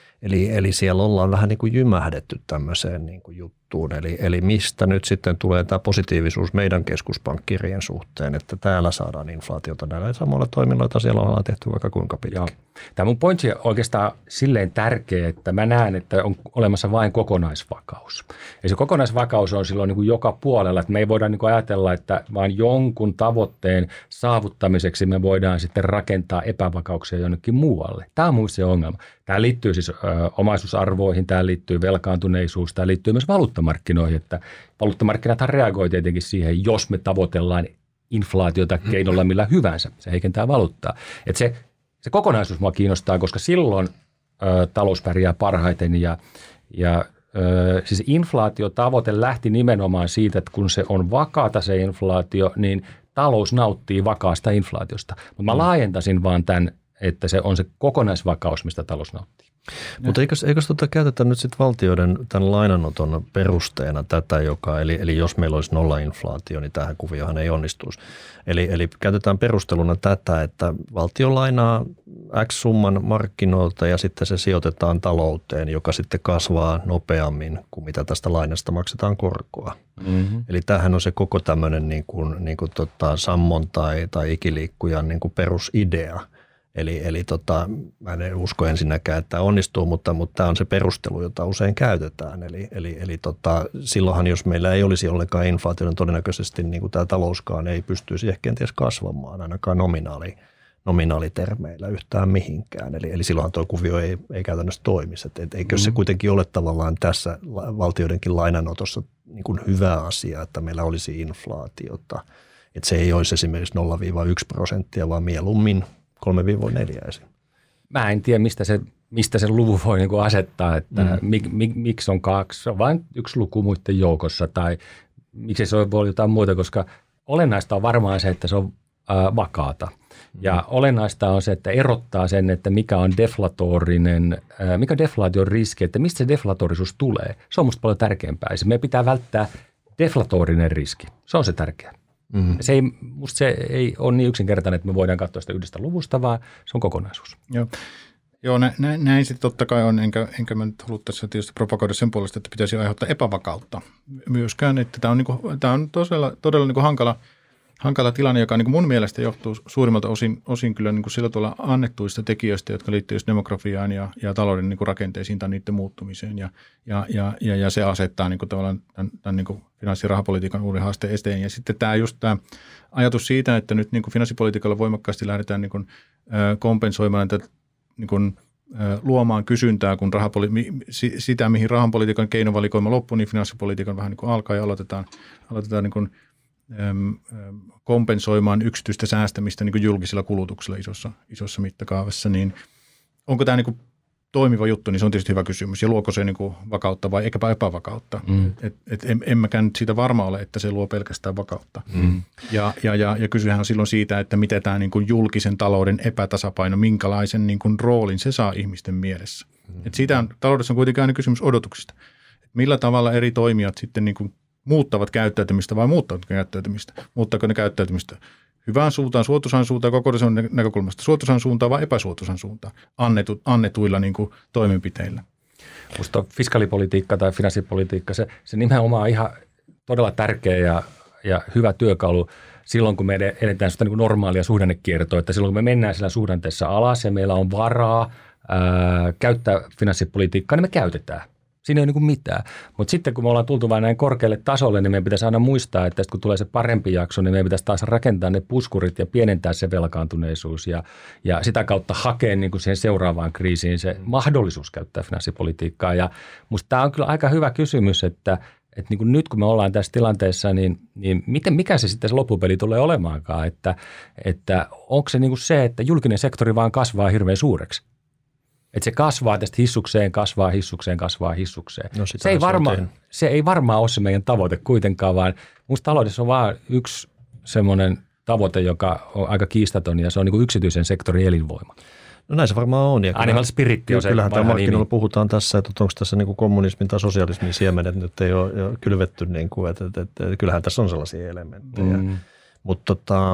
Eli siellä ollaan vähän niin kuin jymähdetty tämmöiseen niin kuin juttuun. Eli mistä nyt sitten tulee tämä positiivisuus meidän keskuspankkirien suhteen, että täällä saadaan inflaatiota näillä samoilla toimilla, joita siellä ollaan tehty vaikka kuinka pitkään. Tämä mun pointti on oikeastaan silleen tärkeä, että mä näen, että on olemassa vain kokonaisvakaus. Ja se kokonaisvakaus on silloin niin kuin joka puolella, että me ei voida niin kuin ajatella, että vain jonkun tavoitteen saavuttamiseksi me voidaan sitten rakentaa epävakauksia jonnekin muualle. Tämä on mun se ongelma. Tämä liittyy siis omaisuusarvoihin, tämä liittyy velkaantuneisuus, tämä liittyy myös valuuttamarkkinoihin, että valuuttamarkkinathan reagoi tietenkin siihen, jos me tavoitellaan inflaatiota keinolla millä hyvänsä. Se heikentää valuuttaa. Että se kokonaisuus mua kiinnostaa, koska silloin talous pärjää parhaiten ja siis inflaatiotavoite lähti nimenomaan siitä, että kun se on vakaata se inflaatio, niin talous nauttii vakaasta inflaatiosta. Mutta mä laajentaisin vaan tämän, että se on se kokonaisvakaus, mistä talous nauttii. Mutta eikö käytetä nyt sitten valtioiden tämän lainanoton perusteena tätä, eli jos meillä olisi nollainflaatio, niin tähän kuviohan ei onnistuisi. Eli käytetään perusteluna tätä, että valtio lainaa X summan markkinoilta ja sitten se sijoitetaan talouteen, joka sitten kasvaa nopeammin kuin mitä tästä lainasta maksetaan korkoa. Mm-hmm. Eli tämähän on se koko tämmöinen niin kuin sammon tai ikiliikkujan niin kuin perusidea. Eli mä en usko ensinnäkään, että onnistuu, mutta tämä on se perustelu, jota usein käytetään. Eli silloinhan, jos meillä ei olisi ollenkaan inflaatiota, todennäköisesti niin kuin tämä talouskaan ei pystyisi ehkä kenties kasvamaan, ainakaan nominaalitermeillä yhtään mihinkään. Eli silloinhan tuo kuvio ei käytännössä toimisi. Eikö se kuitenkin ole tavallaan tässä valtioidenkin lainanotossa niin kuin hyvä asia, että meillä olisi inflaatiota. Että se ei olisi esimerkiksi 0-1%, vaan mieluummin 3-4 esim. Mä en tiedä, mistä se luvun voi niin kuin asettaa, että miksi on 2, se on vain yksi luku muiden joukossa tai miksi se voi jotain muuta, koska olennaista on varmaan se, että se on vakaata. Ja olennaista on se, että erottaa sen, että mikä on deflaation riski, että mistä se deflatorisuus tulee. Se on musta paljon tärkeämpää. Meidän pitää välttää deflatorinen riski. Se on se tärkeä. Musta se ei ole niin yksinkertainen, että me voidaan katsoa sitä yhdestä luvusta, vaan se on kokonaisuus. Joo, näin sitten totta kai on, enkä mä nyt halua tässä tietysti propagoida sen puolesta, että pitäisi aiheuttaa epävakautta myöskään, että tämä on todella niin kuin hankala tilanne, joka niin kuin mun mielestä johtuu suurimmalta osin kyllä niin kuin sillä tavalla annettuista tekijöistä, jotka liittyvät demografiaan ja talouden niin kuin rakenteisiin tai niiden muuttumiseen. Ja se asettaa niin kuin tavallaan tämän niin kuin finanssirahapolitiikan uuden haasteen eteen. Ja sitten tämä ajatus siitä, että nyt niin kuin finanssipolitiikalla voimakkaasti lähdetään niin kuin kompensoimaan tätä niin kuin luomaan kysyntää, kun sitä, mihin rahapolitiikan keinovalikoima loppuu, niin finanssipolitiikan vähän niin kuin alkaa ja aloitetaan niin kuin kompensoimaan yksityistä säästämistä niin kuin julkisilla kulutuksilla isossa mittakaavassa, niin onko tämä niin kuin toimiva juttu, niin se on tietysti hyvä kysymys. Ja luoko se niin kuin vakautta vai eikäpä epävakautta? En mäkään nyt siitä varma ole, että se luo pelkästään vakautta. Ja kysyhän on silloin siitä, että miten tämä niin kuin julkisen talouden epätasapaino, minkälaisen niin kuin roolin se saa ihmisten mielessä. Taloudessa on kuitenkin aina kysymys odotuksista. Et millä tavalla eri toimijat sitten niin kuin muuttavat käyttäytymistä vai muuttavat käyttäytymistä? Muuttaako ne käyttäytymistä hyvään suuntaan, suotuisaan suuntaan, kokonaisuuden näkökulmasta suotuisaan suuntaan vai epäsuotuisaan suuntaan annetuilla niin kuin toimenpiteillä? Minusta fiskaalipolitiikka tai finanssipolitiikka, se nimenomaan on ihan todella tärkeä ja hyvä työkalu silloin, kun me edetään sitä niin kuin normaalia suhdannekiertoa, että silloin kun me mennään sillä suhdanteessa alas ja meillä on varaa käyttää finanssipolitiikkaa, niin me käytetään. Siinä ei ole niin kuin mitään. Mutta sitten kun me ollaan tultu vain näin korkealle tasolle, niin meidän pitäisi aina muistaa, että kun tulee se parempi jakso, niin meidän pitäisi taas rakentaa ne puskurit ja pienentää se velkaantuneisuus ja sitä kautta hakea niin kuin siihen seuraavaan kriisiin se mahdollisuus käyttää finanssipolitiikkaa. Ja musta tämä on kyllä aika hyvä kysymys, että niin kuin nyt kun me ollaan tässä tilanteessa, niin mikä se sitten se loppupeli tulee olemaankaan, että onko se niin kuin se, että julkinen sektori vaan kasvaa hirveän suureksi? Että se kasvaa tästä hissukseen. No se ei varmaan ole se meidän tavoite kuitenkaan, vaan minusta taloudessa on vain yksi semmoinen tavoite, joka on aika kiistaton ja se on niin kuin yksityisen sektorin elinvoima. No näin se varmaan on. Animal spirit on se. Kyllähän tämä markkinoilla puhutaan tässä, että onko tässä niin kuin kommunismin tai sosialismin siemenet nyt ei ole kylvetty, niin kuin, että kyllähän tässä on sellaisia elementtejä. Mutta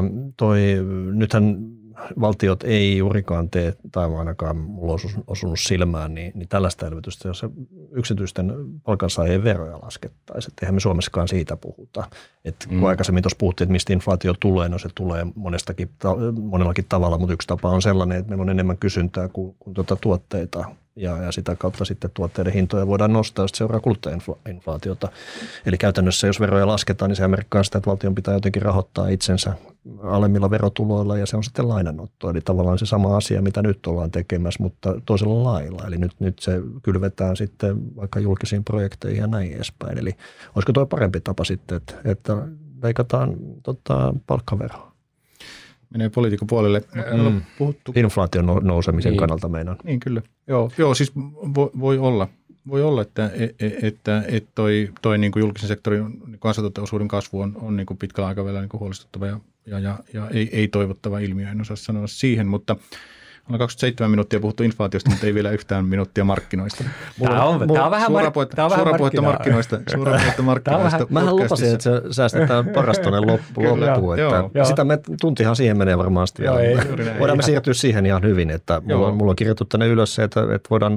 nythän valtiot ei juurikaan tee, tai ainakaan mulla on osunut silmään, niin tällaista elvytystä, jos yksityisten palkansaajien veroja laskettaisiin. Että eihän me Suomessakaan siitä puhuta. Että kun aikaisemmin tuossa puhuttiin, että mistä inflaatio tulee, no se tulee monellakin tavalla, mutta yksi tapa on sellainen, että meillä on enemmän kysyntää kuin tuotteita. Ja sitä kautta sitten tuotteiden hintoja voidaan nostaa, jos seuraa kuluttajainflaatiota. Eli käytännössä, jos veroja lasketaan, niin se merkkaa sitä, että valtion pitää jotenkin rahoittaa itsensä alemmilla verotuloilla, ja se on sitten lainanotto. Eli tavallaan se sama asia, mitä nyt ollaan tekemässä, mutta toisella lailla. Eli nyt se kylvetään sitten vaikka julkisiin projekteihin ja näin edespäin. Eli olisiko tuo parempi tapa sitten, että leikataan palkkaveroa? Menee poliitikon puolelle. Inflaation nousemisen kannalta meinaan. Niin kyllä. Joo, siis voi olla, että toi niin kuin julkisen sektorin niin kansantuoteosuuden kasvu on niin kuin pitkällä aikavälillä niin kuin huolestuttava ja ei toivottava ilmiö. En osaa sanoa siihen, mutta ollaan 27 minuuttia puhuttu inflaatiosta, mutta ei vielä yhtään minuuttia markkinoista. Tämä on vähän markkinoista. Mähän lupasin, että se säästetään parastonen loppuun. Sitä tuntihan siihen menee varmasti vielä. Voidaan me siirtyä siihen ihan hyvin, että mulla on kirjoitettu tänne ylös se, että voidaan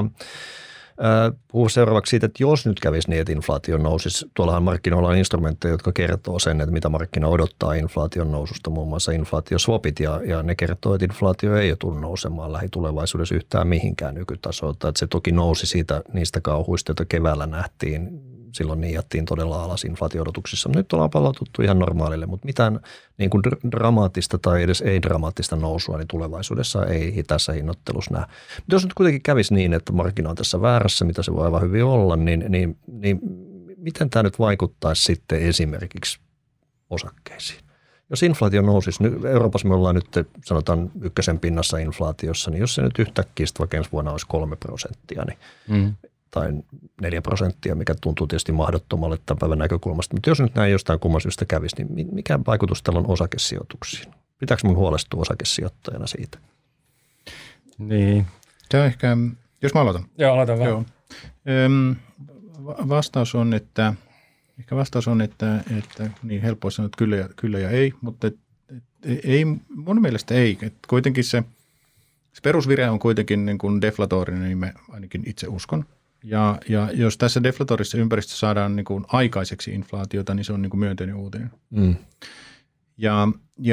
puhua seuraavaksi siitä, että jos nyt kävisi niin, että inflaatio nousisi, tuollahan markkinoilla on instrumentteja, jotka kertoo sen, että mitä markkina odottaa inflaation noususta, muun muassa inflaatioswapit, ja ne kertoo, että inflaatio ei ole tullut nousemaan lähitulevaisuudessa yhtään mihinkään nykytasolta, että se toki nousi niistä kauhuista, joita keväällä nähtiin, silloin niijattiin todella alas inflaatio-odotuksissa. Nyt ollaan palaututtu ihan normaalille, mutta mitään niin kuin dramaattista tai edes ei-dramaattista nousua niin tulevaisuudessa ei tässä hinnoittelussa näe. Mutta jos nyt kuitenkin kävisi niin, että markkina on tässä väärässä, mitä se voi aivan hyvin olla, niin miten tämä nyt vaikuttaisi sitten esimerkiksi osakkeisiin? Jos inflaatio nousisi, nyt Euroopassa me ollaan nyt sanotaan ykkösen pinnassa inflaatiossa, niin jos se nyt yhtäkkiä vaikka ensi vuonna olisi 3%, niin tai 4%, mikä tuntuu tietysti mahdottomalle tämän päivän näkökulmasta. Mutta jos nyt näin jostain kumman syystä kävisi, niin mikä vaikutus tällä on osakesijoituksiin? Pitääkö mun huolestua osakesijoittajana siitä? Niin. Tämä ehkä, jos mä aloitan. Joo, aloitan vaan. Joo. Vastaus on, että niin helppo sanoa, että kyllä ja ei, mutta ei, mun mielestä ei. Että kuitenkin se perusvire on kuitenkin niin kuin deflatorinen, niin mä ainakin itse uskon. Ja jos tässä deflatorisessa ympäristössä saadaan niin kuin aikaiseksi inflaatiota, niin se on niin kuin myönteinen uutinen. Ja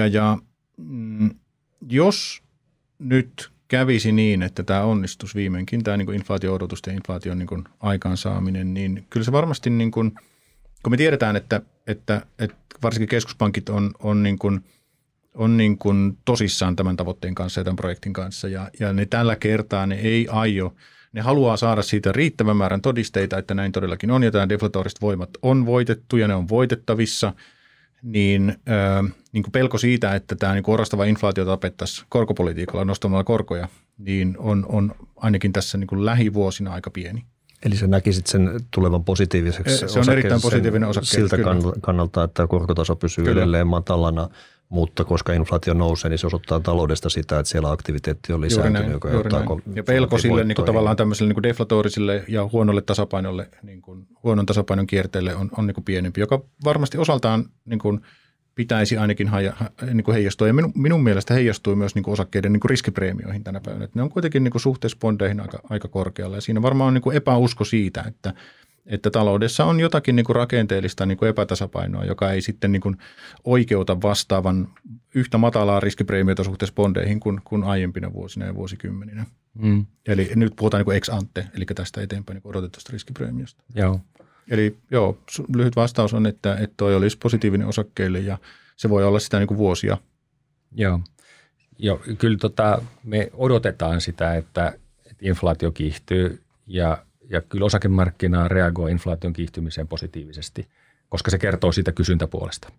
jos nyt kävisi niin, että tämä onnistuisi viimeinkin, tämä niin kuin inflaatio-odotusten ja inflaation niin kuin aikaansaaminen, niin kyllä se varmasti, niin kuin, kun me tiedetään, että varsinkin keskuspankit on niin kuin tosissaan tämän tavoitteen kanssa ja tämän projektin kanssa, ja ne tällä kertaa ne ei aio, ne haluaa saada siitä riittävän määrän todisteita, että näin todellakin on, ja tämä deflatoriset voimat on voitettu, ja ne on voitettavissa, niin kuin pelko siitä, että tämä niin kuin orastava inflaatio tapettaisiin korkopolitiikalla nostamalla korkoja, niin on ainakin tässä niin kuin lähivuosina aika pieni. Eli sä näkisit sen tulevan positiiviseksi? Se on erittäin positiivinen osake. Siltä kannalta, että korkotaso pysyy edelleen matalana, mutta koska inflaatio nousee, niin se osoittaa taloudesta sitä, että siellä aktiviteetti on lisääntynyt. Ja pelko sille niin kuin tavallaan tämmöiselle niin kuin deflatoriselle ja huonolle tasapainolle, niin kuin huonon tasapainon kierteelle on niin kuin pienempi, joka varmasti osaltaan niin kuin pitäisi ainakin niin kuin heijastua. Ja minun mielestä heijastuu myös niin kuin osakkeiden niin kuin riskipreemioihin tänä päivänä. Että ne on kuitenkin niin kuin suhteessa bondeihin aika korkealla. Ja siinä varmaan on niin kuin epäusko siitä, että taloudessa on jotakin niin kuin rakenteellista niin kuin epätasapainoa, joka ei sitten niin kuin oikeuta vastaavan yhtä matalaa riskipreemiota suhteessa bondeihin kuin aiempina vuosina ja vuosikymmeninä. Eli nyt puhutaan niin kuin ex ante, eli tästä eteenpäin niin kuin odotetusta riskipreemiosta. Joo. Eli lyhyt vastaus on, että toi olisi positiivinen osakkeille ja se voi olla sitä niin kuin vuosia. Joo, kyllä me odotetaan sitä, että inflaatio kiihtyy ja kyllä osakemarkkina reagoi inflaation kiihtymiseen positiivisesti, koska se kertoo siitä kysyntäpuolesta.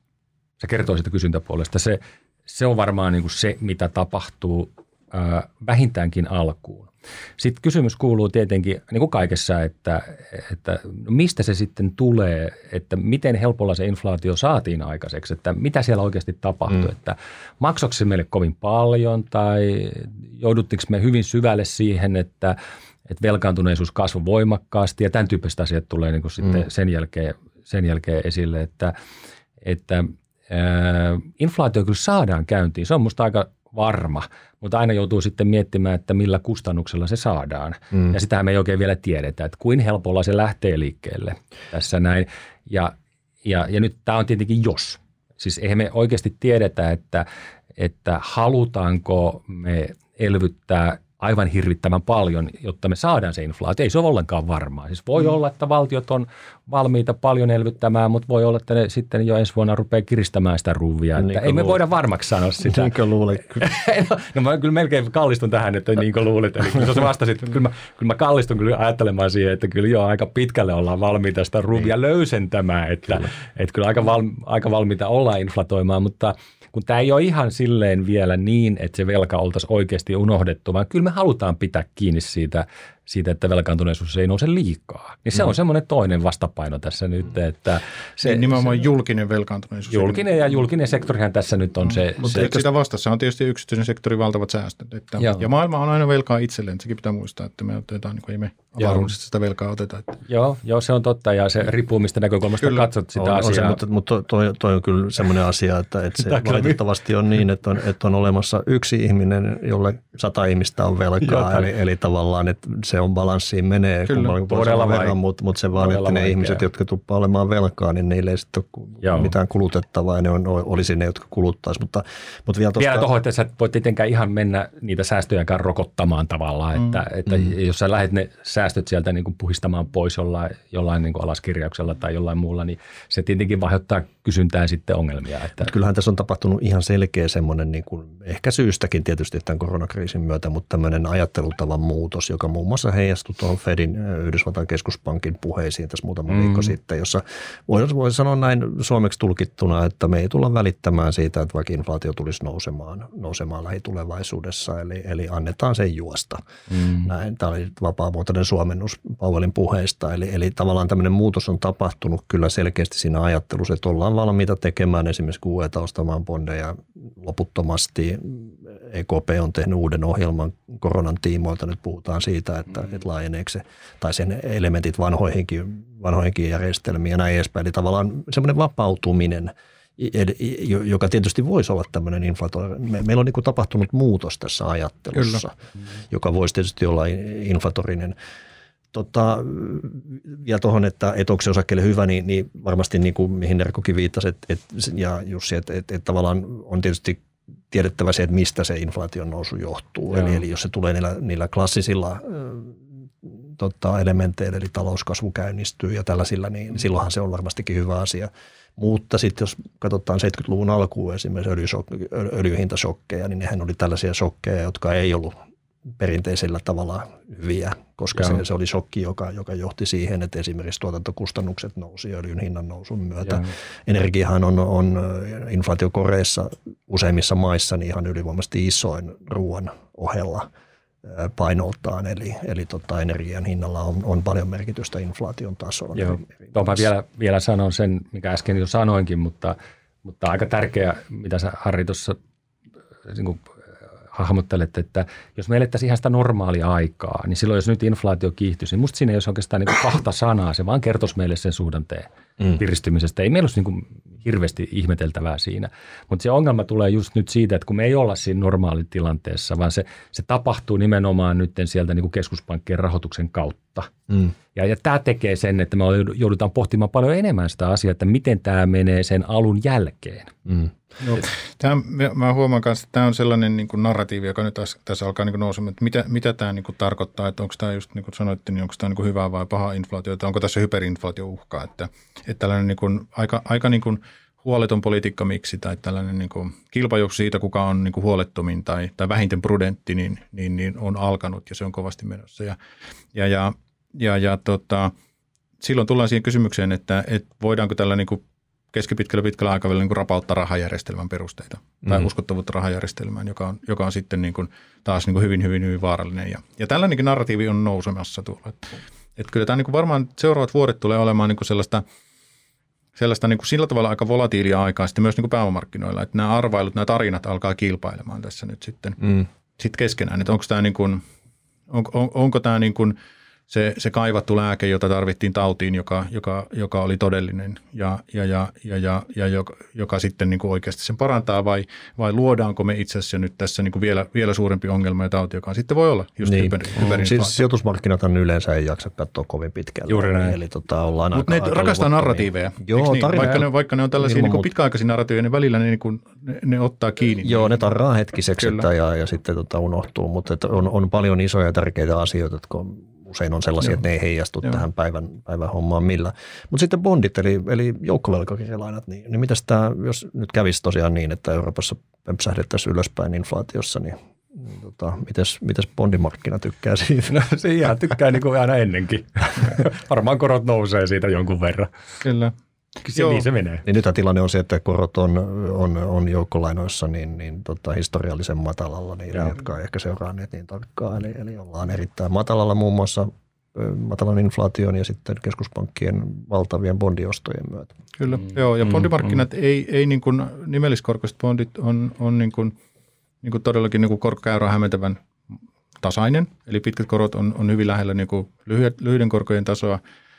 Se on varmaan niin kuin se, mitä tapahtuu vähintäänkin alkuun. Sitten kysymys kuuluu tietenkin, niin kuin kaikessa, että mistä se sitten tulee, että miten helpolla se inflaatio saatiin aikaiseksi, että mitä siellä oikeasti tapahtui, että maksoiko se meille kovin paljon tai jouduttiinko me hyvin syvälle siihen, että velkaantuneisuus kasvoi voimakkaasti ja tämän tyyppiset asiat tulee niin kuin sitten sen jälkeen esille, että inflaatio kyllä saadaan käyntiin. Se on musta aika varma, mutta aina joutuu sitten miettimään, että millä kustannuksella se saadaan. Ja sitähän me ei oikein vielä tiedetä, että kuin helpolla se lähtee liikkeelle tässä näin. Ja nyt tämä on tietenkin jos. Siis eihän me oikeasti tiedetä, että halutaanko me elvyttää aivan hirvittävän paljon, jotta me saadaan se inflaatio. Ei se ole ollenkaan varmaa. Siis voi olla, että valtiot on valmiita paljon elvyttämään, mutta voi olla, että ne sitten jo ensi vuonna rupeaa kiristämään sitä ruuvia. Että ei me voida varmaksi sanoa sitä. Niin kuin luulet. No mä kyllä melkein kallistun tähän, että niin kuin luulet. Eli kun sä vastasit, kyllä mä kallistun kyllä ajattelemaan siihen, että kyllä jo aika pitkälle ollaan valmiita sitä ruuvia löysentämään. Että kyllä aika valmiita ollaan inflatoimaan, mutta kun tämä ei ole ihan silleen vielä niin, että se velka oltaisiin oikeasti unohdettu, vaan kyllä me halutaan pitää kiinni siitä, että velkaantuneisuus ei nouse liikaa. Niin se on semmoinen toinen vastapaino tässä nyt, että se nimenomaan julkinen velkaantuneisuus. Julkinen sektorihan tässä nyt on se. Mutta sitä vastassa on tietysti yksityisen sektorin valtavat säästöt. Ja maailma on aina velkaa itselleen, sekin pitää muistaa, että me otetaan, niin kuin ei me avaruudesta sitä velkaa oteta. Että. Joo, se on totta ja se riippuu mistä näkökulmasta katsot sitä asiaa. Mutta toi on kyllä semmoinen asia, että se valitettavasti on niin, että on olemassa yksi ihminen, jolle 100 ihmistä on velkaa, eli tavallaan, että se on balanssiin menee, mutta se vaan, että ne ihmiset, jotka tuppaa olemaan velkaa, niin niille ei sitten ole mitään kulutettavaa ja ne olisi ne, jotka kuluttaisi. Mutta vielä tuohon, että sä et voi tietenkään ihan mennä niitä säästöjäkään rokottamaan tavallaan, että jos sä lähdet ne säästöt sieltä niin kuin puhistamaan pois jollain niin kuin alaskirjauksella tai jollain muulla, niin se tietenkin aiheuttaa kysyntään sitten ongelmia. Kyllähän tässä on tapahtunut ihan selkeä semmoinen, niin kuin, ehkä syystäkin tietysti tämän koronakriisin myötä, mutta tämmöinen ajattelutavan muutos, joka muun muassa heijastui tuohon Fedin, Yhdysvaltain keskuspankin puheisiin tässä muutama viikko sitten, jossa voi sanoa näin suomeksi tulkittuna, että me ei tulla välittämään siitä, että vaikka inflaatio tulisi nousemaan lähitulevaisuudessa, eli annetaan sen juosta. Näin, tämä oli vapaamuotoinen suomennus Powellin puheesta, eli tavallaan tämmöinen muutos on tapahtunut kyllä selkeästi siinä ajattelussa, että ollaan valmiita tekemään esimerkiksi QE:tä ostamaan bondeja loputtomasti. EKP on tehnyt uuden ohjelman koronan tiimoilta. Nyt puhutaan siitä, että laajeneeko se, tai sen elementit vanhoihinkin järjestelmiin ja näin edespäin. Eli tavallaan semmoinen vapautuminen, joka tietysti voisi olla tämmöinen inflatorinen. Meillä on niin kuin tapahtunut muutos tässä ajattelussa, joka voisi tietysti olla inflatorinen. ja tuohon, että onko se osakkeelle hyvä, niin varmasti niin kuin mihin Nerkokin viittasi ja Jussi, että tavallaan on tietysti tiedettävä se, että mistä se inflaation nousu johtuu. Eli jos se tulee niillä klassisilla elementeillä, eli talouskasvu käynnistyy ja tällaisilla, niin silloinhan se on varmastikin hyvä asia. Mutta sitten jos katsotaan 70-luvun alkuun esimerkiksi öljyhintashokkeja, niin nehän oli tällaisia shokkeja, jotka ei ollut perinteisellä tavalla hyviä, koska se oli shokki, joka johti siihen, että esimerkiksi tuotantokustannukset nousi öljyn hinnan nousun myötä. Energiahan on inflaatiokoreissa useimmissa maissa niin ihan ylivoimaisesti isoin ruoan ohella painoltaan, eli energian hinnalla on paljon merkitystä inflaation tasolla. Joo, mä vielä sanon sen, mikä äsken jo sanoinkin, mutta aika tärkeä, mitä sä Harri tuossa niin hahmottelet, että jos me elettäisiin ihan sitä normaalia aikaa, niin silloin jos nyt inflaatio kiihtyisi, niin musta siinä ei olisi oikeastaan niin kahta sanaa, se vaan kertoisi meille sen suhdanteen piristymisestä. Ei meillä olisi niin hirveästi ihmeteltävää siinä, mutta se ongelma tulee just nyt siitä, että kun me ei olla siinä normaalitilanteessa, vaan se tapahtuu nimenomaan nyt sieltä niin keskuspankkien rahoituksen kautta. Ja tämä tekee sen, että me joudutaan pohtimaan paljon enemmän sitä asiaa, että miten tämä menee sen alun jälkeen. No, mä huomaan kanssa, että tämä on sellainen niin kuin narratiivi, joka nyt tässä alkaa niin kuin nousemaan, että mitä tämä niin kuin tarkoittaa, että onko tämä just niin kuin sanoitte, niin onko tämä niin kuin hyvää vai paha inflaatio, että onko tässä hyperinflaatio-uhkaa, että tällainen niin kuin aika niin kuin huoleton politiikkamiksi tai tällainen niin kuin kilpajuoksu siitä, kuka on niin kuin huolettomin tai vähiten prudentti, niin on alkanut ja se on kovasti menossa. Silloin tullaan siihen kysymykseen, että voidaanko tällä niin kuin pitkällä aikavälillä niin kuin rapauttaa rahajärjestelmän perusteita tai uskottavuutta rahajärjestelmään, joka on sitten niin kuin taas niin kuin hyvin vaarallinen. Ja tällainenkin narratiivi on nousemassa tuolla. Että kyllä tämä niin kuin varmaan seuraavat vuodet tulee olemaan niin kuin sellaista niin kuin sillä tavalla aika volatiilia aikaa sitten myös niin kuin pääomamarkkinoilla, että nämä arvailut, nämä tarinat alkaa kilpailemaan tässä nyt sitten keskenään. Että onko tämä niin kuin, onko tämä niin kuin se kaivattu lääke, jota tarvittiin tautiin, joka oli todellinen ja joka sitten niin kuin oikeasti sen parantaa vai luodaanko me itse asiassa nyt tässä niin kuin vielä suurempi ongelma ja tauti, joka sitten voi olla just hyperinflaatio. Siis sijoitusmarkkinathan yleensä ei jaksa katsoa kovin pitkälle. Juuri näin. Eli ollaan mutta ne rakastaa narratiiveja. Joo, niin? Vaikka ne on tällaisia niin kuin pitkäaikaisia narratiiveja, niin välillä ne ottaa kiinni. Joo, ne tarraa hetkiseksi ja sitten unohtuu, mutta on paljon isoja ja tärkeitä asioita, jotka usein on sellaisia, että ne ei heijastu tähän päivän hommaan millään. Mutta sitten bondit, eli joukkovelkakirjalainat, niin mitäs tämä, jos nyt kävisi tosiaan niin, että Euroopassa pömpsähdettäisiin ylöspäin inflaatiossa, niin mitäs bondimarkkina tykkää siitä? No se ihan tykkää niin kuin aina ennenkin. Varmaan korot nousee siitä jonkun verran. Kyllä. Niin se menee. Niin nythän tilanne on se, että korot on joukkolainoissa niin historiallisen matalalla, niin jotka ei ehkä seuraaneet niin tarkkaan. Eli ollaan erittäin matalalla muun muassa matalan inflaation ja sitten keskuspankkien valtavien bondiostojen myötä. Kyllä, joo. Ja bondimarkkinat ei niin kuin nimelliskorkoiset bondit on niin kuin todellakin niin kuin korkokäyrä hämmentävän tasainen. Eli pitkät korot on hyvin lähellä niin kuin lyhyiden korkojen tasoa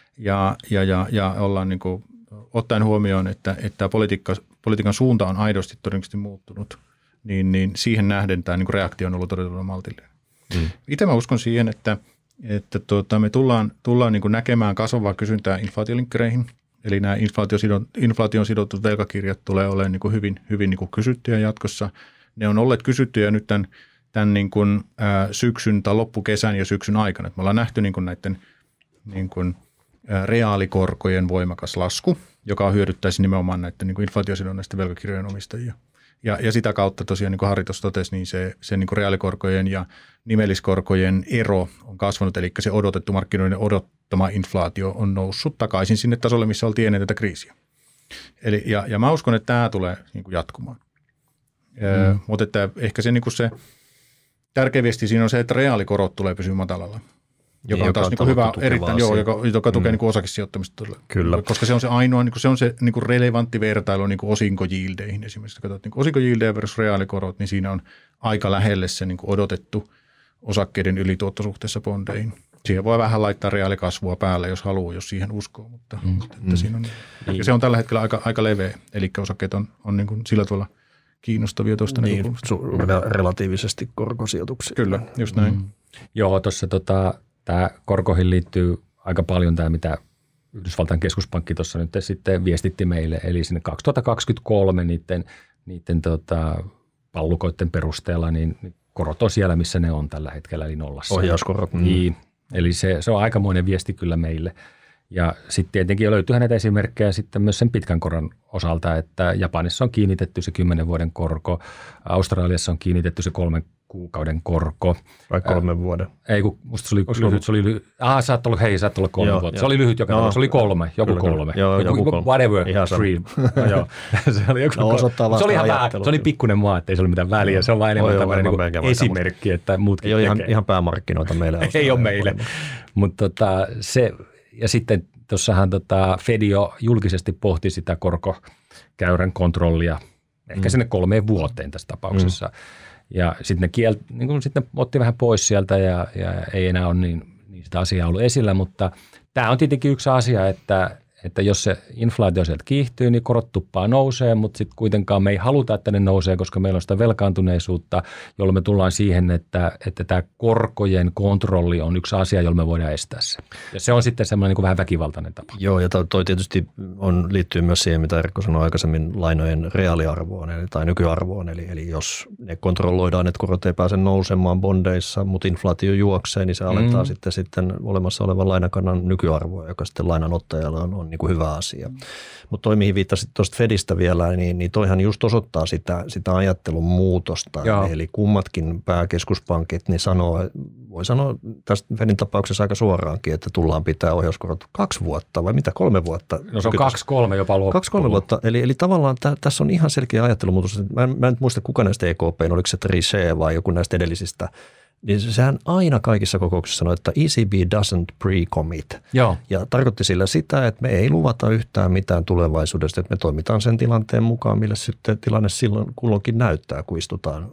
ja ollaan niin kuin ottaen huomioon, että politiikan suunta on aidosti todennäköisesti muuttunut, niin siihen nähden tämä niin kuin reaktio on ollut todella maltillinen. Itse mä uskon siihen, että me tullaan niin kuin näkemään kasvavaa kysyntää inflaatiolinkkereihin, eli nämä inflaation sidotut velkakirjat tulee olemaan niin kuin hyvin niin kuin kysyttyjä jatkossa. Ne on olleet kysyttyjä nyt tämän niin kuin, syksyn tai loppukesän ja syksyn aikana. Me ollaan nähty niin kuin näiden niin kuin reaalikorkojen voimakas lasku, joka hyödyttäisi nimenomaan näiden niin kuin inflaatiosidonnaisten velkakirjojen omistajia. Ja sitä kautta tosiaan, niin kuin Harri tuossa totesi, niin se niin kuin reaalikorkojen ja nimelliskorkojen ero on kasvanut, eli se odotettu markkinoiden odottama inflaatio on noussut takaisin sinne tasolle, missä oltiin ennen tätä kriisiä. Eli, ja mä uskon, että tämä tulee niin kuin jatkumaan. Mutta että ehkä se, niin kuin se tärkeä viesti siinä on se, että reaalikorot tulee pysyä matalalla. Joka on taas niin hyvä, erittäin, joka tukee niin osakesijoittamista. Kyllä. Koska se on se ainoa, se on se niin relevantti vertailu niin osinkojildeihin. Esimerkiksi katsot niin osinkojildejä versus reaalikorot, niin siinä on aika lähelle se niin odotettu osakkeiden ylituottosuhteessa bondeihin. Siihen voi vähän laittaa reaalikasvua päälle, jos haluaa, jos siihen uskoo, mutta että siinä on, ja se on tällä hetkellä aika leveä, eli osakkeet on niin kuin sillä tavalla kiinnostavia tuosta näkökulmasta. Relatiivisesti korkosijoituksia. Kyllä, just näin. Joo, tuossa Tämä korkoihin liittyy aika paljon tämä, mitä Yhdysvaltain keskuspankki tuossa nyt sitten viestitti meille. Eli sinne 2023 niiden pallukoiden perusteella niin korot on siellä, missä ne on tällä hetkellä, eli nollassa. Ohjauskorot. Niin, eli se on aikamoinen viesti kyllä meille. Ja sitten tietenkin löytyy näitä esimerkkejä sitten myös sen pitkän koron osalta, että Japanissa on kiinnitetty se 10 vuoden korko, Australiassa on kiinnitetty se 3 kuukauden korko. Vai 3 vuoden? Ei, kun musta se oli lyhyt. Se oli lyhyt. Sä oot ollut 3 vuotta. Se oli lyhyt joka tapauksessa. Se oli 3, joku 3. Joku 3. Whatever, 3. No, se oli joku se oli ihan vähän, se oli pikkuinen maa, ettei se ole mitään väliä. Se on vain enemmän tämmöinen niin esimerkki, että muutkin ei ole ihan päämarkkinoita meille. Ei ole meille. Mutta se, ja sitten tuossahan Fed jo julkisesti pohti sitä korkokäyrän kontrollia, ehkä sinne 3 vuoteen tässä tapauksessa. Ja sitten ne sitten otti vähän pois sieltä ja ei enää ole niin sitä asiaa ollut esillä, mutta tämä on tietenkin yksi asia, että jos se inflaatio sieltä kiihtyy, niin korot tuppaa nousee, mutta sitten kuitenkaan me ei haluta, että ne nousee, koska meillä on sitä velkaantuneisuutta, jolloin me tullaan siihen, että tämä korkojen kontrolli on yksi asia, jolla me voidaan estää se. Ja se on sitten semmoinen niin kuin vähän väkivaltainen tapa. Joo, ja toi tietysti liittyy myös siihen, mitä Erkko sanoi aikaisemmin, lainojen reaaliarvoon tai nykyarvoon. Eli jos ne kontrolloidaan, että korot ei pääse nousemaan bondeissa, mutta inflaatio juoksee, niin se alentaa sitten olemassa olevan lainakannan nykyarvoa, joka sitten lainanottajalle on niin kuin hyvä asia. Mutta toi, mihin viittasit tuosta Fedistä vielä, niin toihan just osoittaa sitä ajattelun muutosta. Joo. Eli kummatkin pääkeskuspankit niin voi sanoa tästä Fedin tapauksessa aika suoraankin, että tullaan pitää ohjauskorot 2 vuotta vai mitä 3 vuotta? No se on 2-3 jopa loppuun. 2-3 vuotta. Eli tavallaan tässä on ihan selkeä ajattelumuutos. Mä en muista kuka näistä EKP:n, oliko se Trichet vai joku näistä edellisistä. Niin sehän aina kaikissa kokouksissa sanoi, että ECB doesn't pre-commit. Joo. Ja tarkoitti sillä sitä, että me ei luvata yhtään mitään tulevaisuudesta, että me toimitaan sen tilanteen mukaan, millä sitten tilanne silloin kulloinkin näyttää, kun istutaan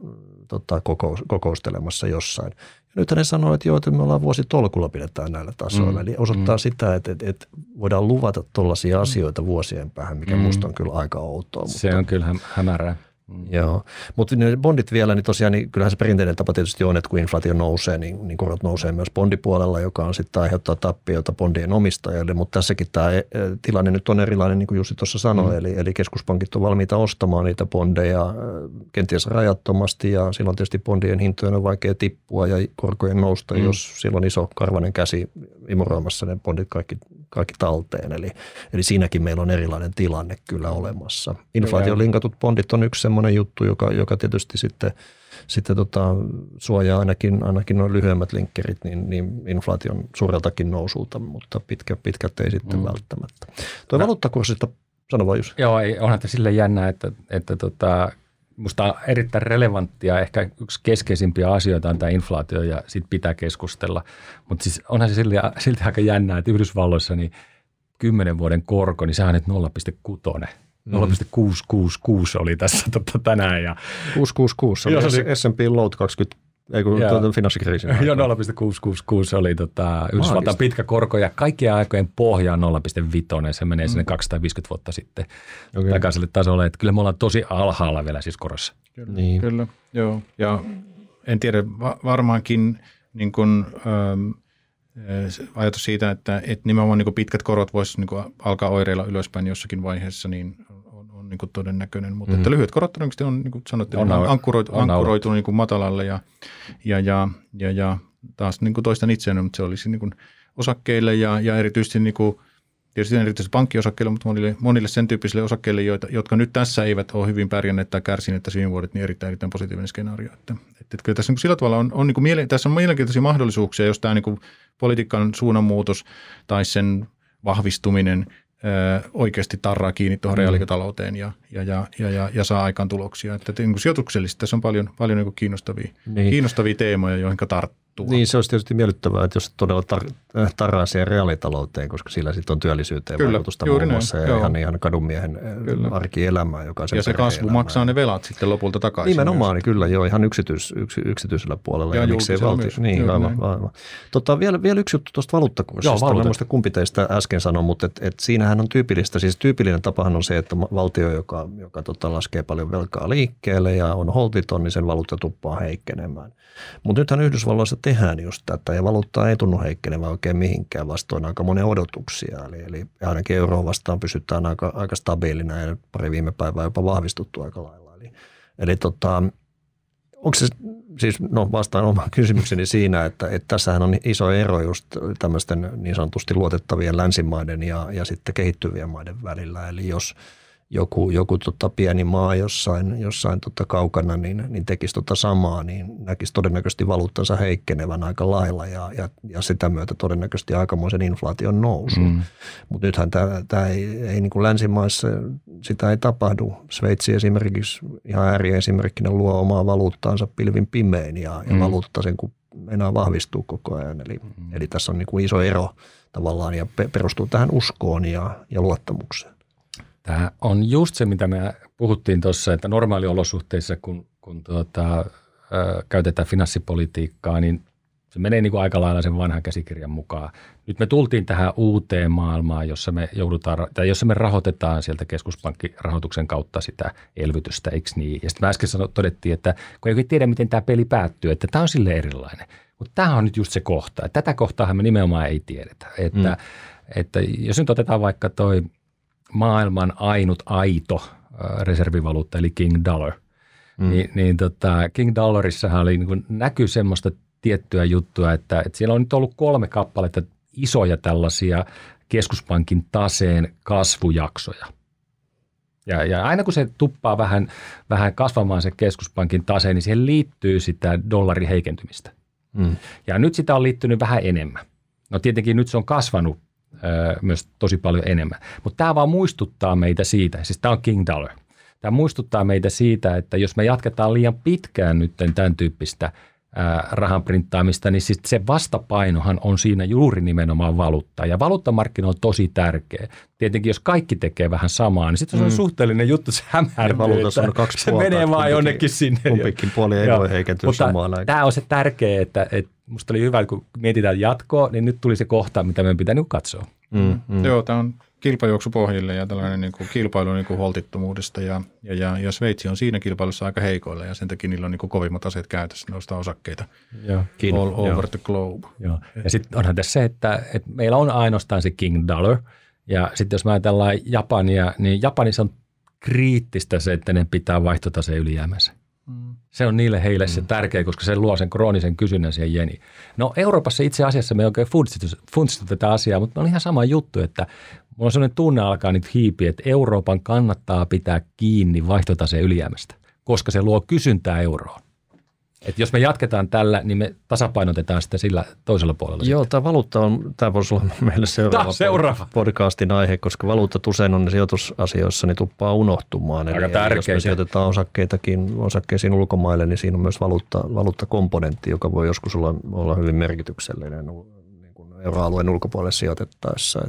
kokoustelemassa jossain. Ja nyt ne sanoo, että joo, että me ollaan vuositolkulla pidetään näillä tasoilla. Eli osoittaa sitä, että voidaan luvata tollaisia asioita vuosien päähän, mikä musta on kyllä aika outoa. Se on kyllä hämärää. Joo, mutta ne bondit vielä, niin tosiaan niin kyllähän se perinteinen tapa tietysti on, että kun inflaatio nousee, niin korot nousee myös bondipuolella, joka on sitten aiheuttaa tappioita bondien omistajille, mutta tässäkin tämä tilanne nyt on erilainen, niin kuin Jussi tuossa sanoi, eli keskuspankit on valmiita ostamaan niitä bondeja kenties rajattomasti ja silloin tietysti bondien hintojen on vaikea tippua ja korkojen nousta, jos silloin iso karvainen käsi imuroimassa ne bondit kaikki talteen, eli siinäkin meillä on erilainen tilanne kyllä olemassa. Inflaation linkatut bondit on yksi semmoinen juttu, joka tietysti sitten suojaa ainakin nuo lyhyemmät linkkerit niin inflaation suureltakin nousulta, mutta pitkät ei sitten välttämättä. Tuo valuuttakurssista, sano vaan Jussi. Joo, onhan tämä silleen jännä, että musta on erittäin relevanttia, ehkä yksi keskeisimpiä asioita on tämä inflaatio ja siitä pitää keskustella, mutta siis onhan se silti aika jännää, että Yhdysvalloissa niin 10 vuoden korko, niin sehän on nyt 0,6. 0,666 oli tässä tänään. Ja 666 oli S&P Load 20, ei kun finanssikriisin. Joo, 0,666 oli Yhdysvaltain pitkä korko ja kaikkien aikojen pohja on 0,5. Se menee sinne 250 vuotta sitten takaiselle tasolle. Että kyllä me ollaan tosi alhaalla vielä siis korossa. Kyllä, joo. Ja en tiedä, varmaankin niin kuin, ajatus siitä, että nimenomaan niin kuin pitkät korot voisi niin alkaa oireilla ylöspäin jossakin vaiheessa, niin on niin kuin todennäköinen. Mutta että lyhyet korot on, niin kuin sanottiin, ankkuroitunut niin kuin matalalle ja taas niin kuin toistan itseäni, mutta se olisi niin kuin osakkeille ja erityisesti niin kuin, tietysti erityisesti pankkiosakkeille, mutta monille sen tyyppisille osakkeille, jotka nyt tässä eivät ole hyvin pärjänneet tai kärsineet tässä viime vuodet, niin erittäin positiivinen skenaario. Että kyllä tässä niin sillä tavalla on niin kuin tässä on mielenkiintoisia mahdollisuuksia, jos tämä niin kuin politiikan suunnanmuutos tai sen vahvistuminen oikeasti tarraa kiinni tuohon reaalitalouteen ja saa aikaan tuloksia. Että niin kuin sijoituksellisesti tässä on paljon niin kuin kiinnostavia teemoja, joihin tarttuu. Niin, se olisi tietysti miellyttävää, että jos todella tarraa siihen reaalitalouteen, koska sillä sitten on työllisyyteen vaikutusta muun muassa ja ihan kadunmiehen arkielämään, joka on sen ja se kasvu maksaa ne velat sitten lopulta takaisin. Nimenomaan, niin kyllä joo, ihan yksityisellä puolella ja miksei valtio. Niin, aivan. Vielä yksi juttu tuosta valuuttakurssista. Mä muista kumpi teistä äsken sanoi, mutta siinähän on tyypillistä, siis tyypillinen tapahan on se, että valtio, joka laskee paljon velkaa liikkeelle ja on holtiton, niin sen valuutta tuppaa heikkenemään. Mutta nythän Yhdysvalloissa tehdään just tätä ja valuutta ei tunnu heikkenevän oikein mihinkään vastoin aika monen odotuksia. Eli ainakin euroa vastaan pysytään aika stabiilina ja pari viime päivää jopa vahvistuttu aika lailla. Eli onko se siis, vastaan omaan kysymykseni siinä, että tässähän on iso ero just tämmöisten niin sanotusti luotettavien länsimaiden ja sitten kehittyvien maiden välillä. Eli jos joku pieni maa jossain kaukana niin tekisi samaa, niin näkisi todennäköisesti valuuttansa heikkenevän aika lailla ja sitä myötä todennäköisesti aikamoisen inflaation nousu. Mutta nythän tämä ei niin kuin länsimaissa sitä ei tapahdu. Sveitsi esimerkiksi ihan ääriesimerkkinä luo omaa valuuttaansa pilvin pimein ja valuutta sen kun enää vahvistuu koko ajan. Eli tässä on niin kuin iso ero tavallaan ja perustuu tähän uskoon ja luottamukseen. Tämä on just se, mitä me puhuttiin tuossa, että normaaliolosuhteissa, kun käytetään finanssipolitiikkaa, niin se menee niin kuin aika lailla sen vanhan käsikirjan mukaan. Nyt me tultiin tähän uuteen maailmaan, jossa me rahoitetaan sieltä keskuspankkirahoituksen kautta sitä elvytystä, eikö niin? Ja sitten mä äsken todettiin, että kun ei tiedä, miten tämä peli päättyy, että tämä on silleen erilainen. Mutta tämä on nyt just se kohta. Tätä kohtaahan me nimenomaan ei tiedetä. Että jos nyt otetaan vaikka toi maailman ainut aito reservivaluutta, eli King Dollar. Niin King Dollarissahan oli, niin näkyy semmoista tiettyä juttua, että siellä on nyt ollut 3 kappaletta isoja tällaisia keskuspankin taseen kasvujaksoja. Ja aina kun se tuppaa vähän kasvamaan se keskuspankin tase, niin siihen liittyy sitä dollarin heikentymistä. Ja nyt sitä on liittynyt vähän enemmän. No tietenkin nyt se on kasvanut myös tosi paljon enemmän. Mutta tämä vaan muistuttaa meitä siitä, siis tämä on King Dollar. Tämä muistuttaa meitä siitä, että jos me jatketaan liian pitkään nyt tämän tyyppistä rahan printtaamista, niin siis se vastapainohan on siinä juuri nimenomaan valuutta. Ja valuuttamarkkina on tosi tärkeä. Tietenkin jos kaikki tekee vähän samaa, niin sitten se on suhteellinen juttu, se hämärtyy. Valuutassa on 2 puolta. Se menee vaan jonnekin sinne. Kumpikin puoli ei voi heikentyä samaan aikaan. Tämä on se tärkeä, että musta oli hyvä, kun mietitään jatkoa, niin nyt tuli se kohta, mitä meidän pitää nyt katsoa. Joo, tämä on kilpajuoksupohjille ja tällainen niin kuin kilpailu niin kuin holtittomuudesta ja Sveitsi on siinä kilpailussa aika heikoilla ja sen takia niillä on niin kuin kovimmat aseet käytössä, ne ostaa osakkeita all over the globe. Joo. Ja sitten onhan tässä se, että meillä on ainoastaan se King Dollar ja sitten jos me ajatellaan Japania, niin Japanissa on kriittistä se, että ne pitää vaihtotaseen ylijäämänsä. Se on heille se tärkeä, koska se luo sen kroonisen kysynnän siihen jeniin. No Euroopassa itse asiassa me ei oikein funtsitu tätä asiaa, mutta on ihan sama juttu, että mulla on sellainen tunne alkaa nyt hiipiä, että Euroopan kannattaa pitää kiinni vaihtotaseen ylijäämästä, koska se luo kysyntää euroon. Että jos me jatketaan tällä, niin me tasapainotetaan sitä sillä toisella puolella. Joo, tämä valuutta on, tämä voisi olla meille seuraava podcastin aihe, koska valuutta usein on sijoitusasioissa, niin tuppaa unohtumaan. Aika tärkeää. Jos me sijoitetaan osakkeisiin ulkomaille, niin siinä on myös valuuttakomponentti, joka voi joskus olla hyvin merkityksellinen euroalueen ulkopuolelle sijoitettaessa.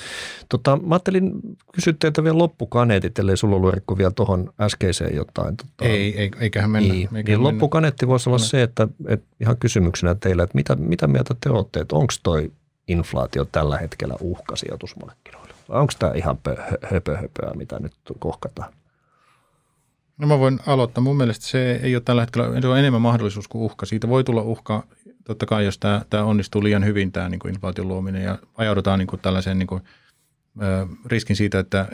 Mä ajattelin kysyä teiltä vielä loppukaneetit, ellei sulla ollut Erkko vielä tuohon äskeiseen jotain. Eiköhän mennä. Niin loppukaneetti voisi olla se, että ihan kysymyksenä teille, että mitä mieltä te olette, että onko toi inflaatio tällä hetkellä uhka sijoitusmarkkinoilla? Vai onko tämä ihan höpöhöpöä, mitä nyt kohkataan? No mä voin aloittaa. Mun mielestä se ei ole tällä hetkellä, se on enemmän mahdollisuus kuin uhka. Siitä voi tulla uhka, totta kai, jos tämä onnistuu liian hyvin, tämä niin kuin inflaation luominen, ja ajaudutaan niin kuin tällaiseen niin kuin, riskin siitä, että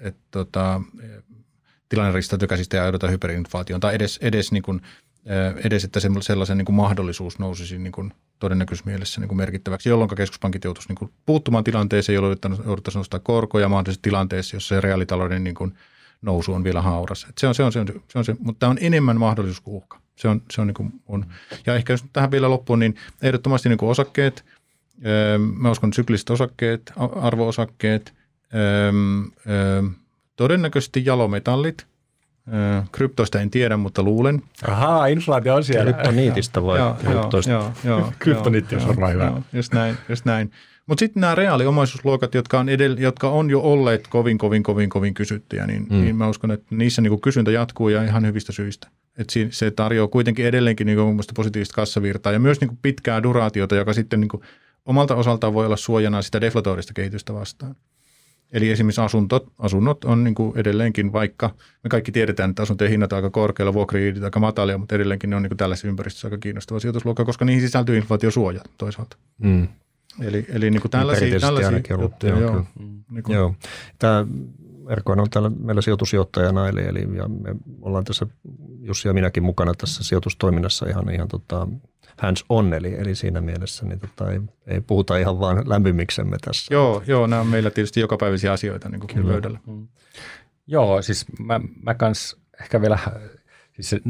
tilanne ristautuu käsistä ja ajaudutaan hyperinflaatioon, tai edes että sellaisen niin kuin mahdollisuus nousisi niin kuin todennäköisyysmielessä niin kuin merkittäväksi, jolloin keskuspankit joutuisi niin kuin puuttumaan tilanteeseen, jolloin jouduttaisiin nostaa korkoja mahdollisessa tilanteessa, jossa se reaalitalouden niin kuin nousu on vielä hauras. Se on se, mutta tämä on enemmän mahdollisuus kuin uhka. Se on niin kuin on. Ja ehkä jos tähän vielä loppuun, niin ehdottomasti niin kuin osakkeet, mä uskon sykliset osakkeet, arvo-osakkeet, todennäköisesti jalometallit, kryptoista en tiedä, mutta luulen. Ahaa, inflaatio on siellä. Kryptoniitista vai kryptoista? Kryptoniitti on hyvä. Just näin. Mutta sitten nämä reaaliomaisuusluokat, jotka on jo olleet kovin kysyttyjä, niin mä uskon, että niissä niinku kysyntä jatkuu ja ihan hyvistä syistä. Että se tarjoaa kuitenkin edelleenkin niinku mun mielestä positiivista kassavirtaa ja myös niinku pitkää duraatiota, joka sitten niinku omalta osaltaan voi olla suojana sitä deflatorista kehitystä vastaan. Eli esimerkiksi asunnot on niin kuin edelleenkin, vaikka me kaikki tiedetään, että asuntojen hinnat on aika korkealla, vuokrihinnat aika matalia, mutta edelleenkin ne on niin kuin tällaisessa ympäristössä aika kiinnostava sijoitusluokka, koska niihin sisältyy inflaatiosuoja toisaalta. Eli niin kuin tällaisia juttuja. Joo. Tämä Erkoinen on täällä meillä sijoitusjohtajana, eli ja me ollaan tässä, Jussi ja minäkin mukana tässä sijoitustoiminnassa ihan hands on, eli siinä mielessä niin ei puhuta ihan vaan lämpimiksemme tässä. Joo, nämä on meillä tietysti jokapäiväisiä asioita niin kuin pöydällä. Joo, siis mä kans ehkä vielä, siis se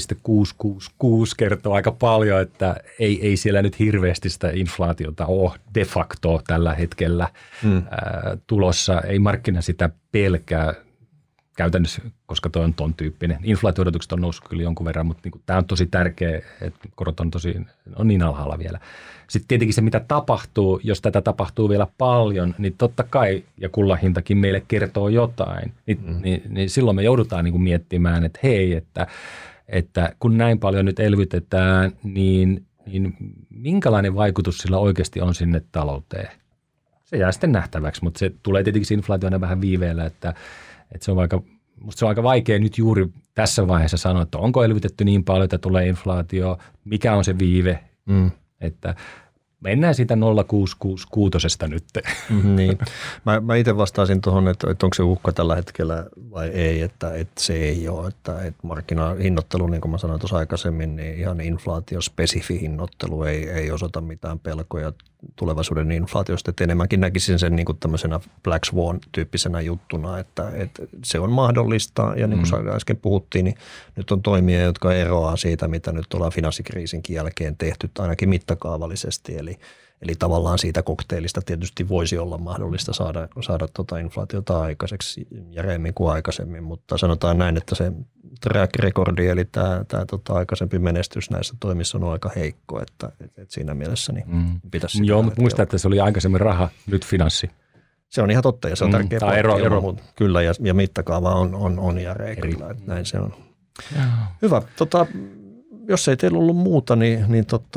0,666 kertoo aika paljon, että ei siellä nyt hirveästi sitä inflaatiota ole de facto tällä hetkellä tulossa. Ei markkina sitä pelkää käytännössä, koska toi on ton tyyppinen. Inflaatio-odotukset on noussut kyllä jonkun verran, mutta niin tämä on tosi tärkeä, että korot on niin alhaalla vielä. Sitten tietenkin se, mitä tapahtuu, jos tätä tapahtuu vielä paljon, niin totta kai, ja kullan hintakin meille kertoo jotain, niin silloin me joudutaan niin kuin miettimään, että hei, että kun näin paljon nyt elvytetään, niin minkälainen vaikutus sillä oikeasti on sinne talouteen? Se jää sitten nähtäväksi, mutta se tulee tietenkin inflaationa vähän viiveellä, että musta se on aika vaikea nyt juuri tässä vaiheessa sanoa, että onko elvytetty niin paljon, että tulee inflaatio, mikä on se viive, että mennään siitä 0,666 nyt. Niin. Mä itse vastaisin tuohon, että onko se uhka tällä hetkellä vai ei, että se ei ole, että markkinahinnoittelu, niin kuin mä sanoin tuossa aikaisemmin, niin ihan inflaatiospesifi hinnoittelu ei osoita mitään pelkoja tulevaisuuden inflaatiosta, että enemmänkin näkisin sen niin kuin tämmöisenä Black Swan-tyyppisenä juttuna, että se on mahdollista ja niin kuin äsken puhuttiin, niin nyt on toimia, jotka eroaa siitä, mitä nyt ollaan finanssikriisinkin jälkeen tehty, ainakin mittakaavallisesti, eli tavallaan siitä kokteilista tietysti voisi olla mahdollista saada inflaatiota aikaiseksi järeemmin kuin aikaisemmin, mutta sanotaan näin, että se track recordi, eli tämä aikaisempi menestys näissä toimissa on aika heikko, että siinä mielessä niin pitäisi... Joo, mutta muista, että se oli aikaisemmin raha, nyt finanssi. Se on ihan totta ja se on tärkeä ero. Kyllä ja mittakaava on järeä kyllä, että näin se on. Hyvä. Jos ei teillä ollut muuta, niin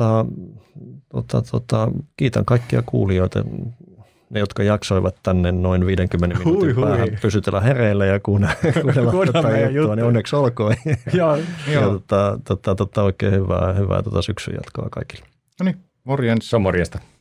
kiitän kaikkia kuulijoita, ne jotka jaksoivat tänne noin 50 minuutin päähän pysytellä hereillä ja kuunnella tätä juttua, niin onneksi olkoon. Ja oikein hyvää syksyn jatkoa kaikille. No niin, morjens. Se on morjesta.